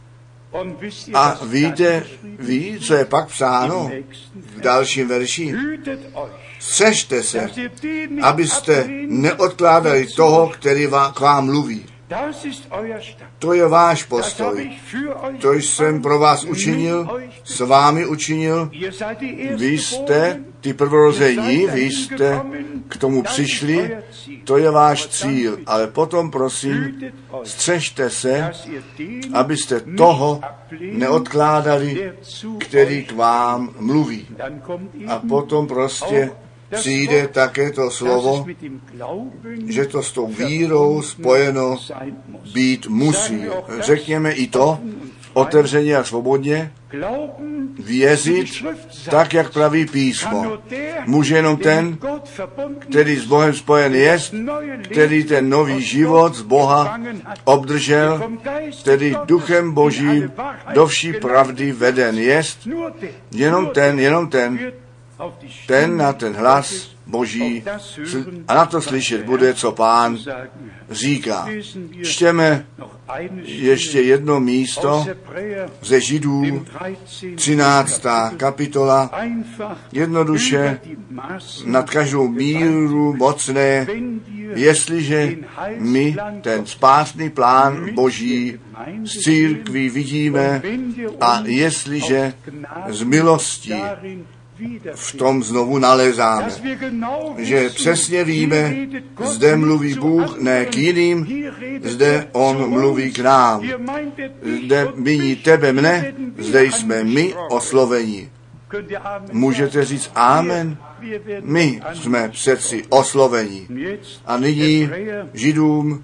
A víte, co je pak psáno v dalším verši? Střežte se, abyste neodkládali toho, který k vám mluví. To je váš postoj. To jsem pro vás učinil, s vámi učinil. Vy jste ty prvorození, vy jste k tomu přišli, to je váš cíl. Ale potom, prosím, střežte se, abyste toho neodkládali, který k vám mluví. A potom prostě přijde také to slovo, že to s tou vírou spojeno být musí. Řekněme i to, otevřeně a svobodně, věřit tak, jak praví písmo. Může jenom ten, který s Bohem spojen jest, který ten nový život z Boha obdržel, který duchem Božím do vší pravdy veden jest. Jenom ten na ten hlas Boží a na to slyšet bude, co Pán říká. Čteme ještě jedno místo ze Židů, 13. kapitola, jednoduše nad každou míru mocné, jestliže my ten spásný plán Boží z církví vidíme a jestliže z milostí v tom znovu nalézáme, že přesně víme, zde mluví Bůh ne k jiným, zde On mluví k nám. Zde míní tebe, mne, zde jsme my osloveni. Můžete říct amen? My jsme přeci osloveni. A nyní Židům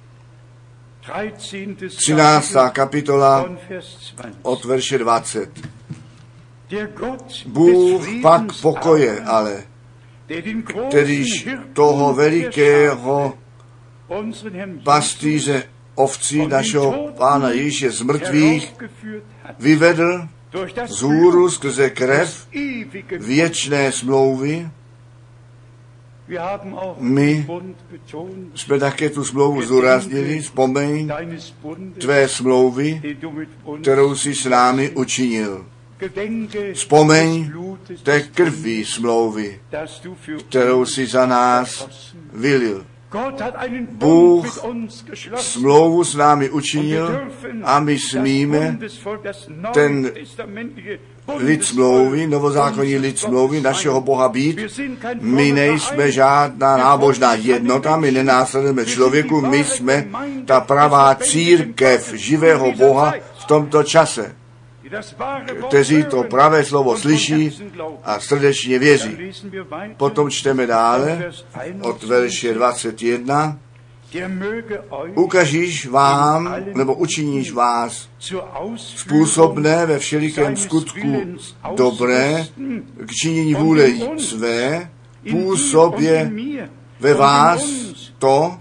13. kapitola od verše 20. Bůh pak pokoje, ale kterýž toho velikého pastýře ovcí našeho Pána Ježíše z mrtvých vyvedl z hůru skrze krev věčné smlouvy. My jsme také tu smlouvu zdůraznili, vzpomeň tvé smlouvy, kterou jsi s námi učinil. Vzpomeň té krví smlouvy, kterou si za nás vylil. Bůh smlouvu s námi učinil a my smíme ten lid smlouvy, novozákonní lid smlouvy našeho Boha být. My nejsme žádná nábožná jednota, my nenásledujeme člověku, my jsme ta pravá církev živého Boha v tomto čase, kteří to pravé slovo slyší a srdečně věří. Potom čteme dále od verše 21. Ukažíš vám, nebo učiníš vás způsobné ve všelikém skutku dobré, k činění vůle své, působě ve vás to,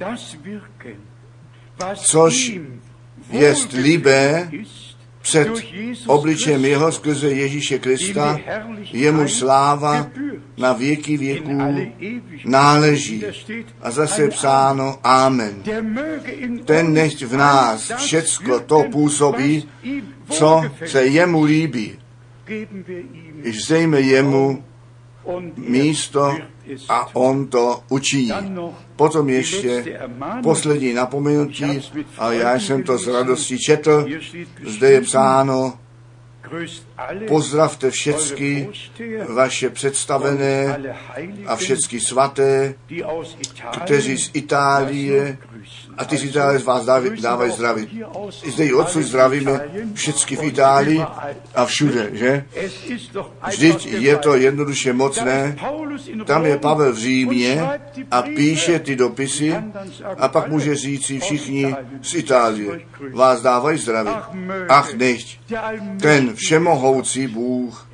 což jest libé před obličejem jeho skrze Ježíše Krista, jemuž sláva na věky věků náleží. A zase psáno amen. Ten nechť v nás všecko to působí, co se jemu líbí. Iž vzdejme jemu místo a on to učiní. Potom ještě poslední napomenutí, a já jsem to s radostí četl, zde je psáno, pozdravte všecky vaše představené a všecky svaté, kteří z Itálie, a ty z Itálie z vás dávají zdraví. I zde i odsud zdravíme všecky v Itálii a všude, že? Vždyť je to jednoduše mocné. Tam je Pavel v Římě a píše ty dopisy a pak může říct si všichni z Itálie. Vás dávají zdraví. Ach, nechť ten všemohoucí Bůh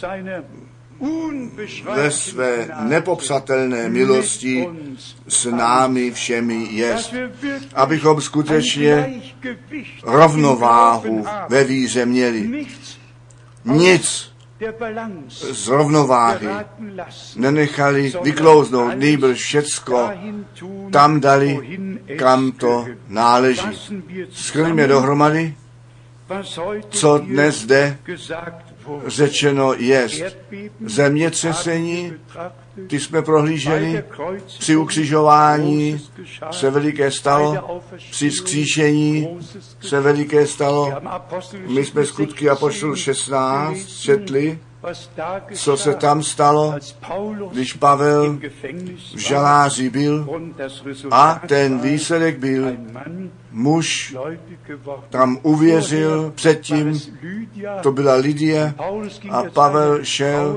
ve své nepopsatelné milosti s námi všemi jest, abychom skutečně rovnováhu ve víře měli. Nic z rovnováhy nenechali vyklouznout, nýbrž všecko tam dali, kam to náleží. Shrňme dohromady, co dnes zde řečeno jest. Zemětřesení, ty jsme prohlíželi, při ukřižování se veliké stalo, při vzkříšení se veliké stalo. My jsme Skutky apoštolů 16 četli, co se tam stalo, když Pavel v žaláři byl, a ten výsledek byl, muž tam uvěřil předtím, to byla Lidie, a Pavel šel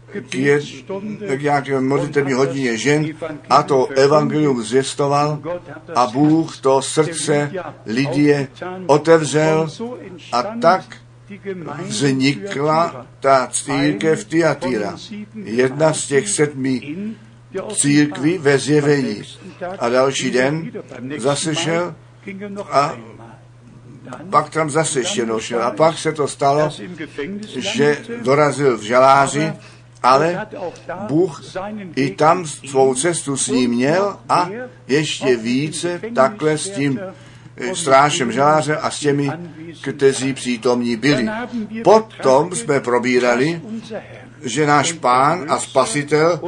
k nějaké modlitební hodině žen a to evangelium zvěstoval a Bůh to srdce Lidie otevřel a tak vznikla ta církev Tyatira, jedna z těch 7 církví ve zjevení. A další den zase šel a pak tam zase ještě došel. A pak se to stalo, že dorazil v žaláři, ale Bůh i tam svou cestu s ním měl a ještě více takhle s tím strážem žaláře a s těmi, kteří přítomní byli. Potom jsme probírali, že náš Pán a Spasitel,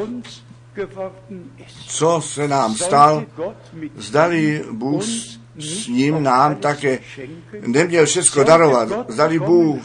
co se nám stal, zdali Bůh s ním nám také neměl všechno darovat, zdali Bůh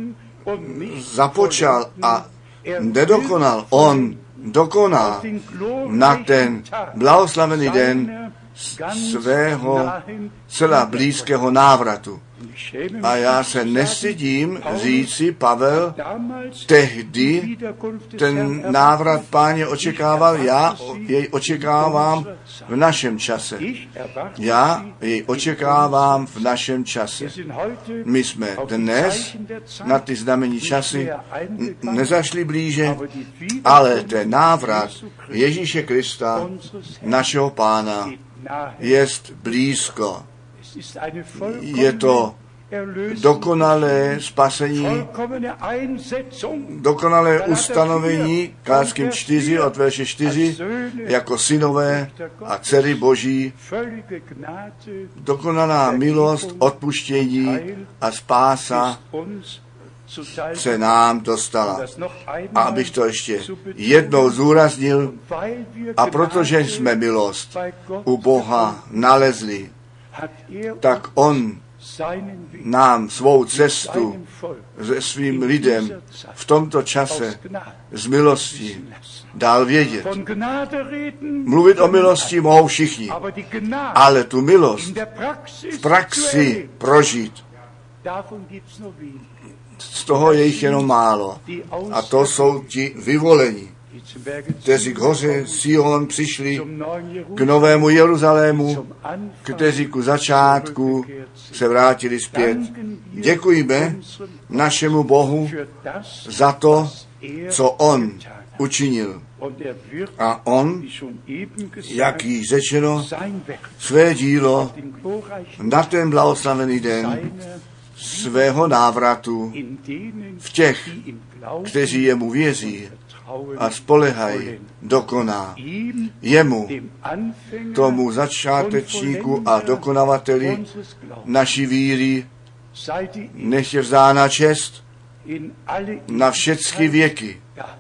započal a nedokonal, on dokoná na ten blahoslavený den svého celá blízkého návratu. A já se nestydím říci, Pavel tehdy ten návrat Páně očekával, já jej očekávám v našem čase. Já jej očekávám v našem čase. My jsme dnes na ty znamení časy nezašli blíže, ale ten návrat Ježíše Krista, našeho Pána, jest blízko. Je to dokonalé spasení, dokonalé ustanovení, Galackým 4 od verše 4, jako synové a dcery Boží, dokonalá milost, odpuštění a spása se nám dostala. A abych to ještě jednou zúraznil, a protože jsme milost u Boha nalezli, tak on nám svou cestu se svým lidem v tomto čase z milosti dal vědět. Mluvit o milosti mohou všichni, ale tu milost v praxi prožít, z toho je jich jenom málo. A to jsou ti vyvolení, kteří k hoře Sion přišli, k novému Jeruzalému, kteří ku začátku se vrátili zpět. Děkujeme našemu Bohu za to, co on učinil. A on, jak již řečeno, své dílo na ten blahoslavený den svého návratu v těch, kteří jemu věří a spolehají, dokoná. Jemu, tomu začátečníku a dokonavateli naší víry, nech je vzána čest na všechny věky.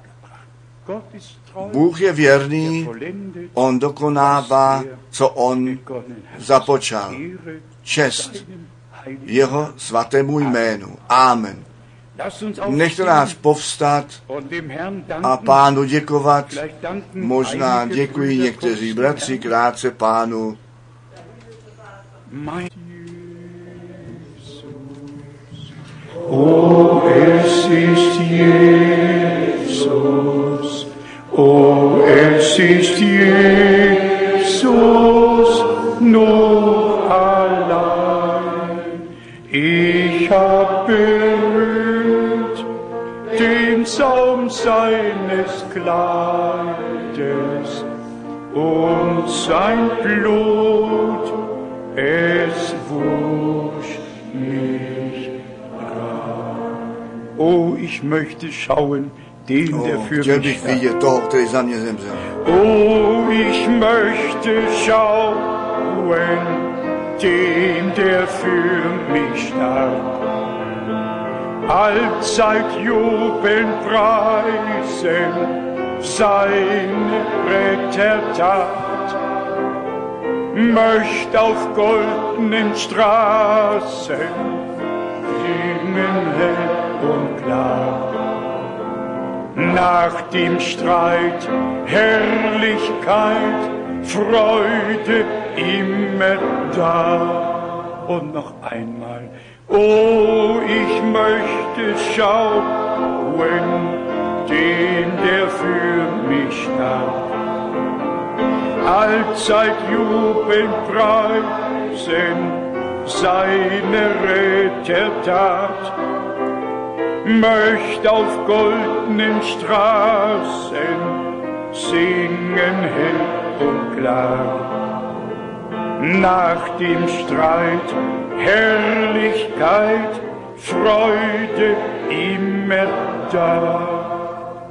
Bůh je věrný, on dokonává, co on započal. Čest jeho svatému jménu. Amen. Nechte nás povstat a Pánu děkovat. Možná děkují někteří bratři, krátce Pánu. O, es ist Jesus, o, es ist Jesus, nur allein. Ich hab berührt den Saum seines Kleides und sein Blut, es wusch mich rein. Oh, ich möchte schauen, den, der für mich starb. Oh, ich möchte schauen, den, der für mich starb. allzeit jubeln preisen seine Rettertat, möcht auf goldenen Straßen singen hell und klar. Nach dem Streit Herrlichkeit, Freude immer da. Und noch einmal, oh, ich möchte schauen, den, der für mich starb. Allzeit jubeln preisen seine Rettertat, möcht auf goldenen Straßen singen hell und klar. Nach dem Streit Herrlichkeit, Freude immer da.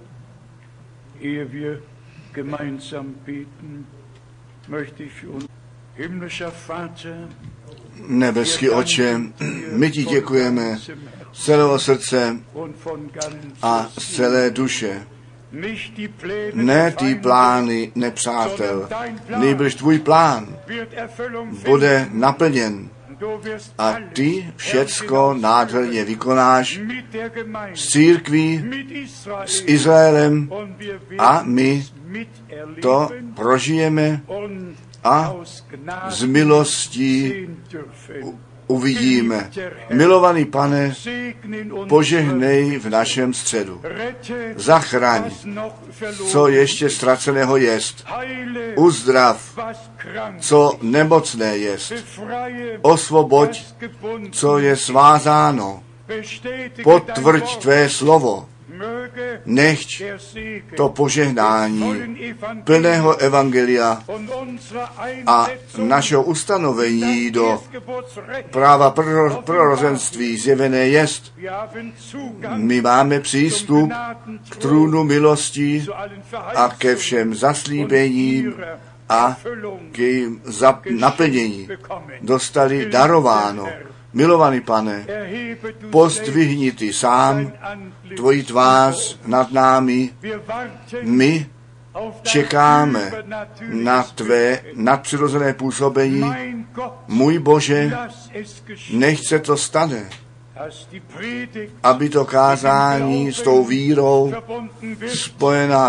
Ehe wir gemeinsam beten, möchte ich für uns, himmlischer Vater, Nebeský Otče, my ti děkujeme z celého srdce a z celé duše. Ne ty plány nepřátel, nýbrž tvůj plán bude naplněn a ty všecko nádherně vykonáš s církví, s Izraelem a my to prožijeme a z milostí uvidíme. Milovaný Pane, požehnej v našem středu. Zachraň, co ještě ztraceného jest. Uzdrav, co nemocné jest. Osvoboď, co je svázáno. Potvrď tvé slovo. Nechť to požehnání plného evangelia a našeho ustanovení do práva prorozenství zjevené jest. My máme přístup k trůnu milosti a ke všem zaslíbením a k jejím naplnění. Dostali darováno. Milovaný Pane, pozdvihni ty sám tvoji tvář nad námi. My čekáme na tvé nadpřirozené působení. Můj Bože, nechť se to stane, aby to kázání s tou vírou spojeno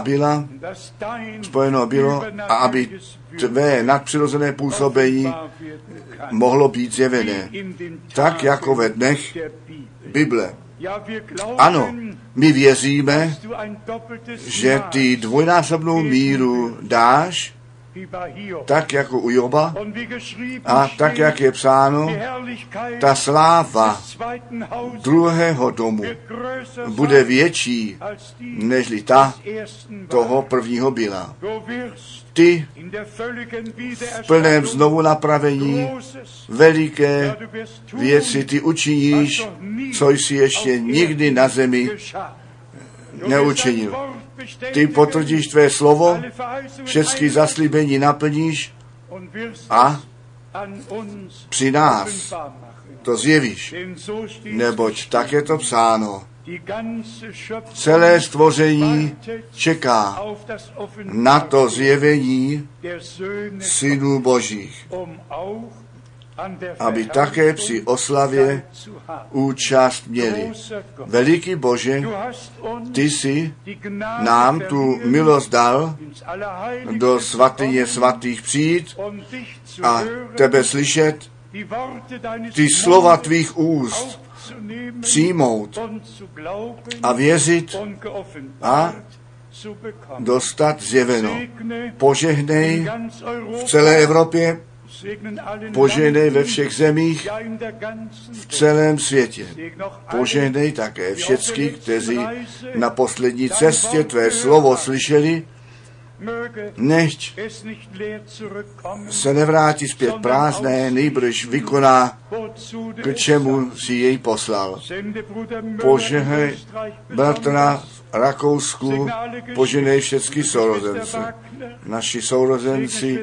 bylo a aby tvé nadpřirozené působení mohlo být zjevené, tak jako ve dnech Bible. Ano, my věříme, že ty dvojnásobnou míru dáš, tak jako u Joba a tak, jak je psáno, ta sláva druhého domu bude větší, nežli ta toho prvního byla. Ty v plném znovu napravení veliké věci ty učiníš, co jsi ještě nikdy na zemi neučinil. Ty potvrdíš tvé slovo, všechny zaslíbení naplníš a při nás to zjevíš, neboť tak je to psáno. Celé stvoření čeká na to zjevení synů Božích, aby také při oslavě účast měli. Veliký Bože, ty jsi nám tu milost dal do svatyně svatých přijít a tebe slyšet, ty slova tvých úst přijmout a věřit a dostat zjeveno. Požehnej v celé Evropě, požehnej ve všech zemích, v celém světě. Požehnej také všecky, kteří na poslední cestě tvé slovo slyšeli, nechť se nevrátí zpět prázdné, nýbrž vykoná, k čemu si jej poslal. Požehnej bratra v Rakousku, požehnej všechny sourozence. Naši sourozenci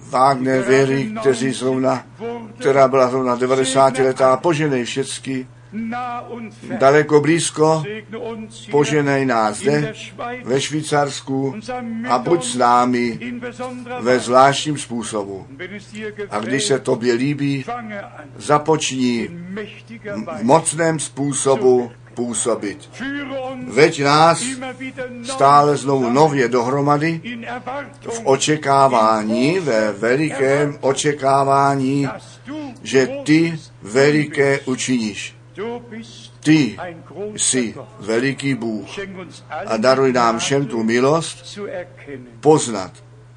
Wagner, Věry, která byla zrovna 90 letá, požehnej všechny daleko blízko, poženej nás zde ve Švýcarsku a buď s námi ve zvláštním způsobu. A když se tobě líbí, započni v mocném způsobu působit. Veď nás stále znovu nově dohromady v očekávání, ve velikém očekávání, že ty veliké učiníš. Ty jsi veliký Bůh a daruj nám všem tu milost poznat,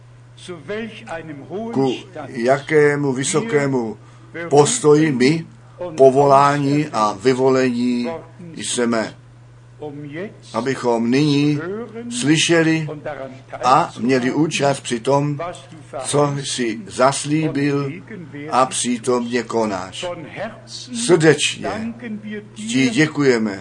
ku jakému vysokému postoji my, povolání a vyvolení jsme, abychom nyní slyšeli a měli účast při tom, co jsi zaslíbil a přítomně konáš. Srdečně ti děkujeme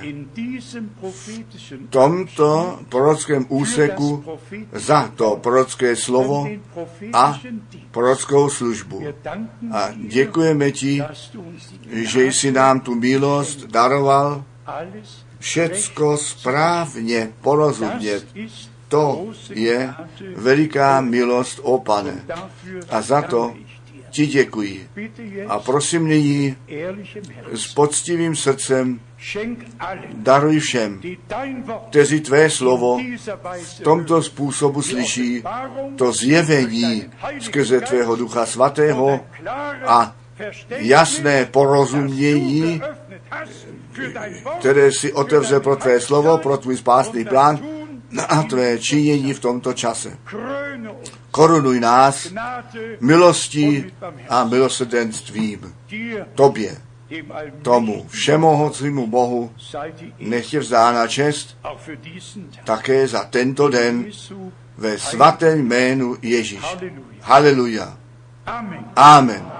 v tomto prorockém úseku za to prorocké slovo a prorockou službu. A děkujeme ti, že jsi nám tu milost daroval všecko správně porozumět. To je veliká milost, ó Pane. A za to ti děkuji. A prosím nyní s poctivým srdcem daruj všem, kteří tvé slovo v tomto způsobu slyší, to zjevení skrze tvého Ducha Svatého a jasné porozumění, které si otevře pro tvé slovo, pro tvůj spásný plán a tvé činění v tomto čase. Korunuj nás milostí a milosrdenstvím. Tobě, tomu všemohoucímu Bohu, nech je vzdána čest také za tento den ve svatém jménu Ježíš. Haleluja. Amen.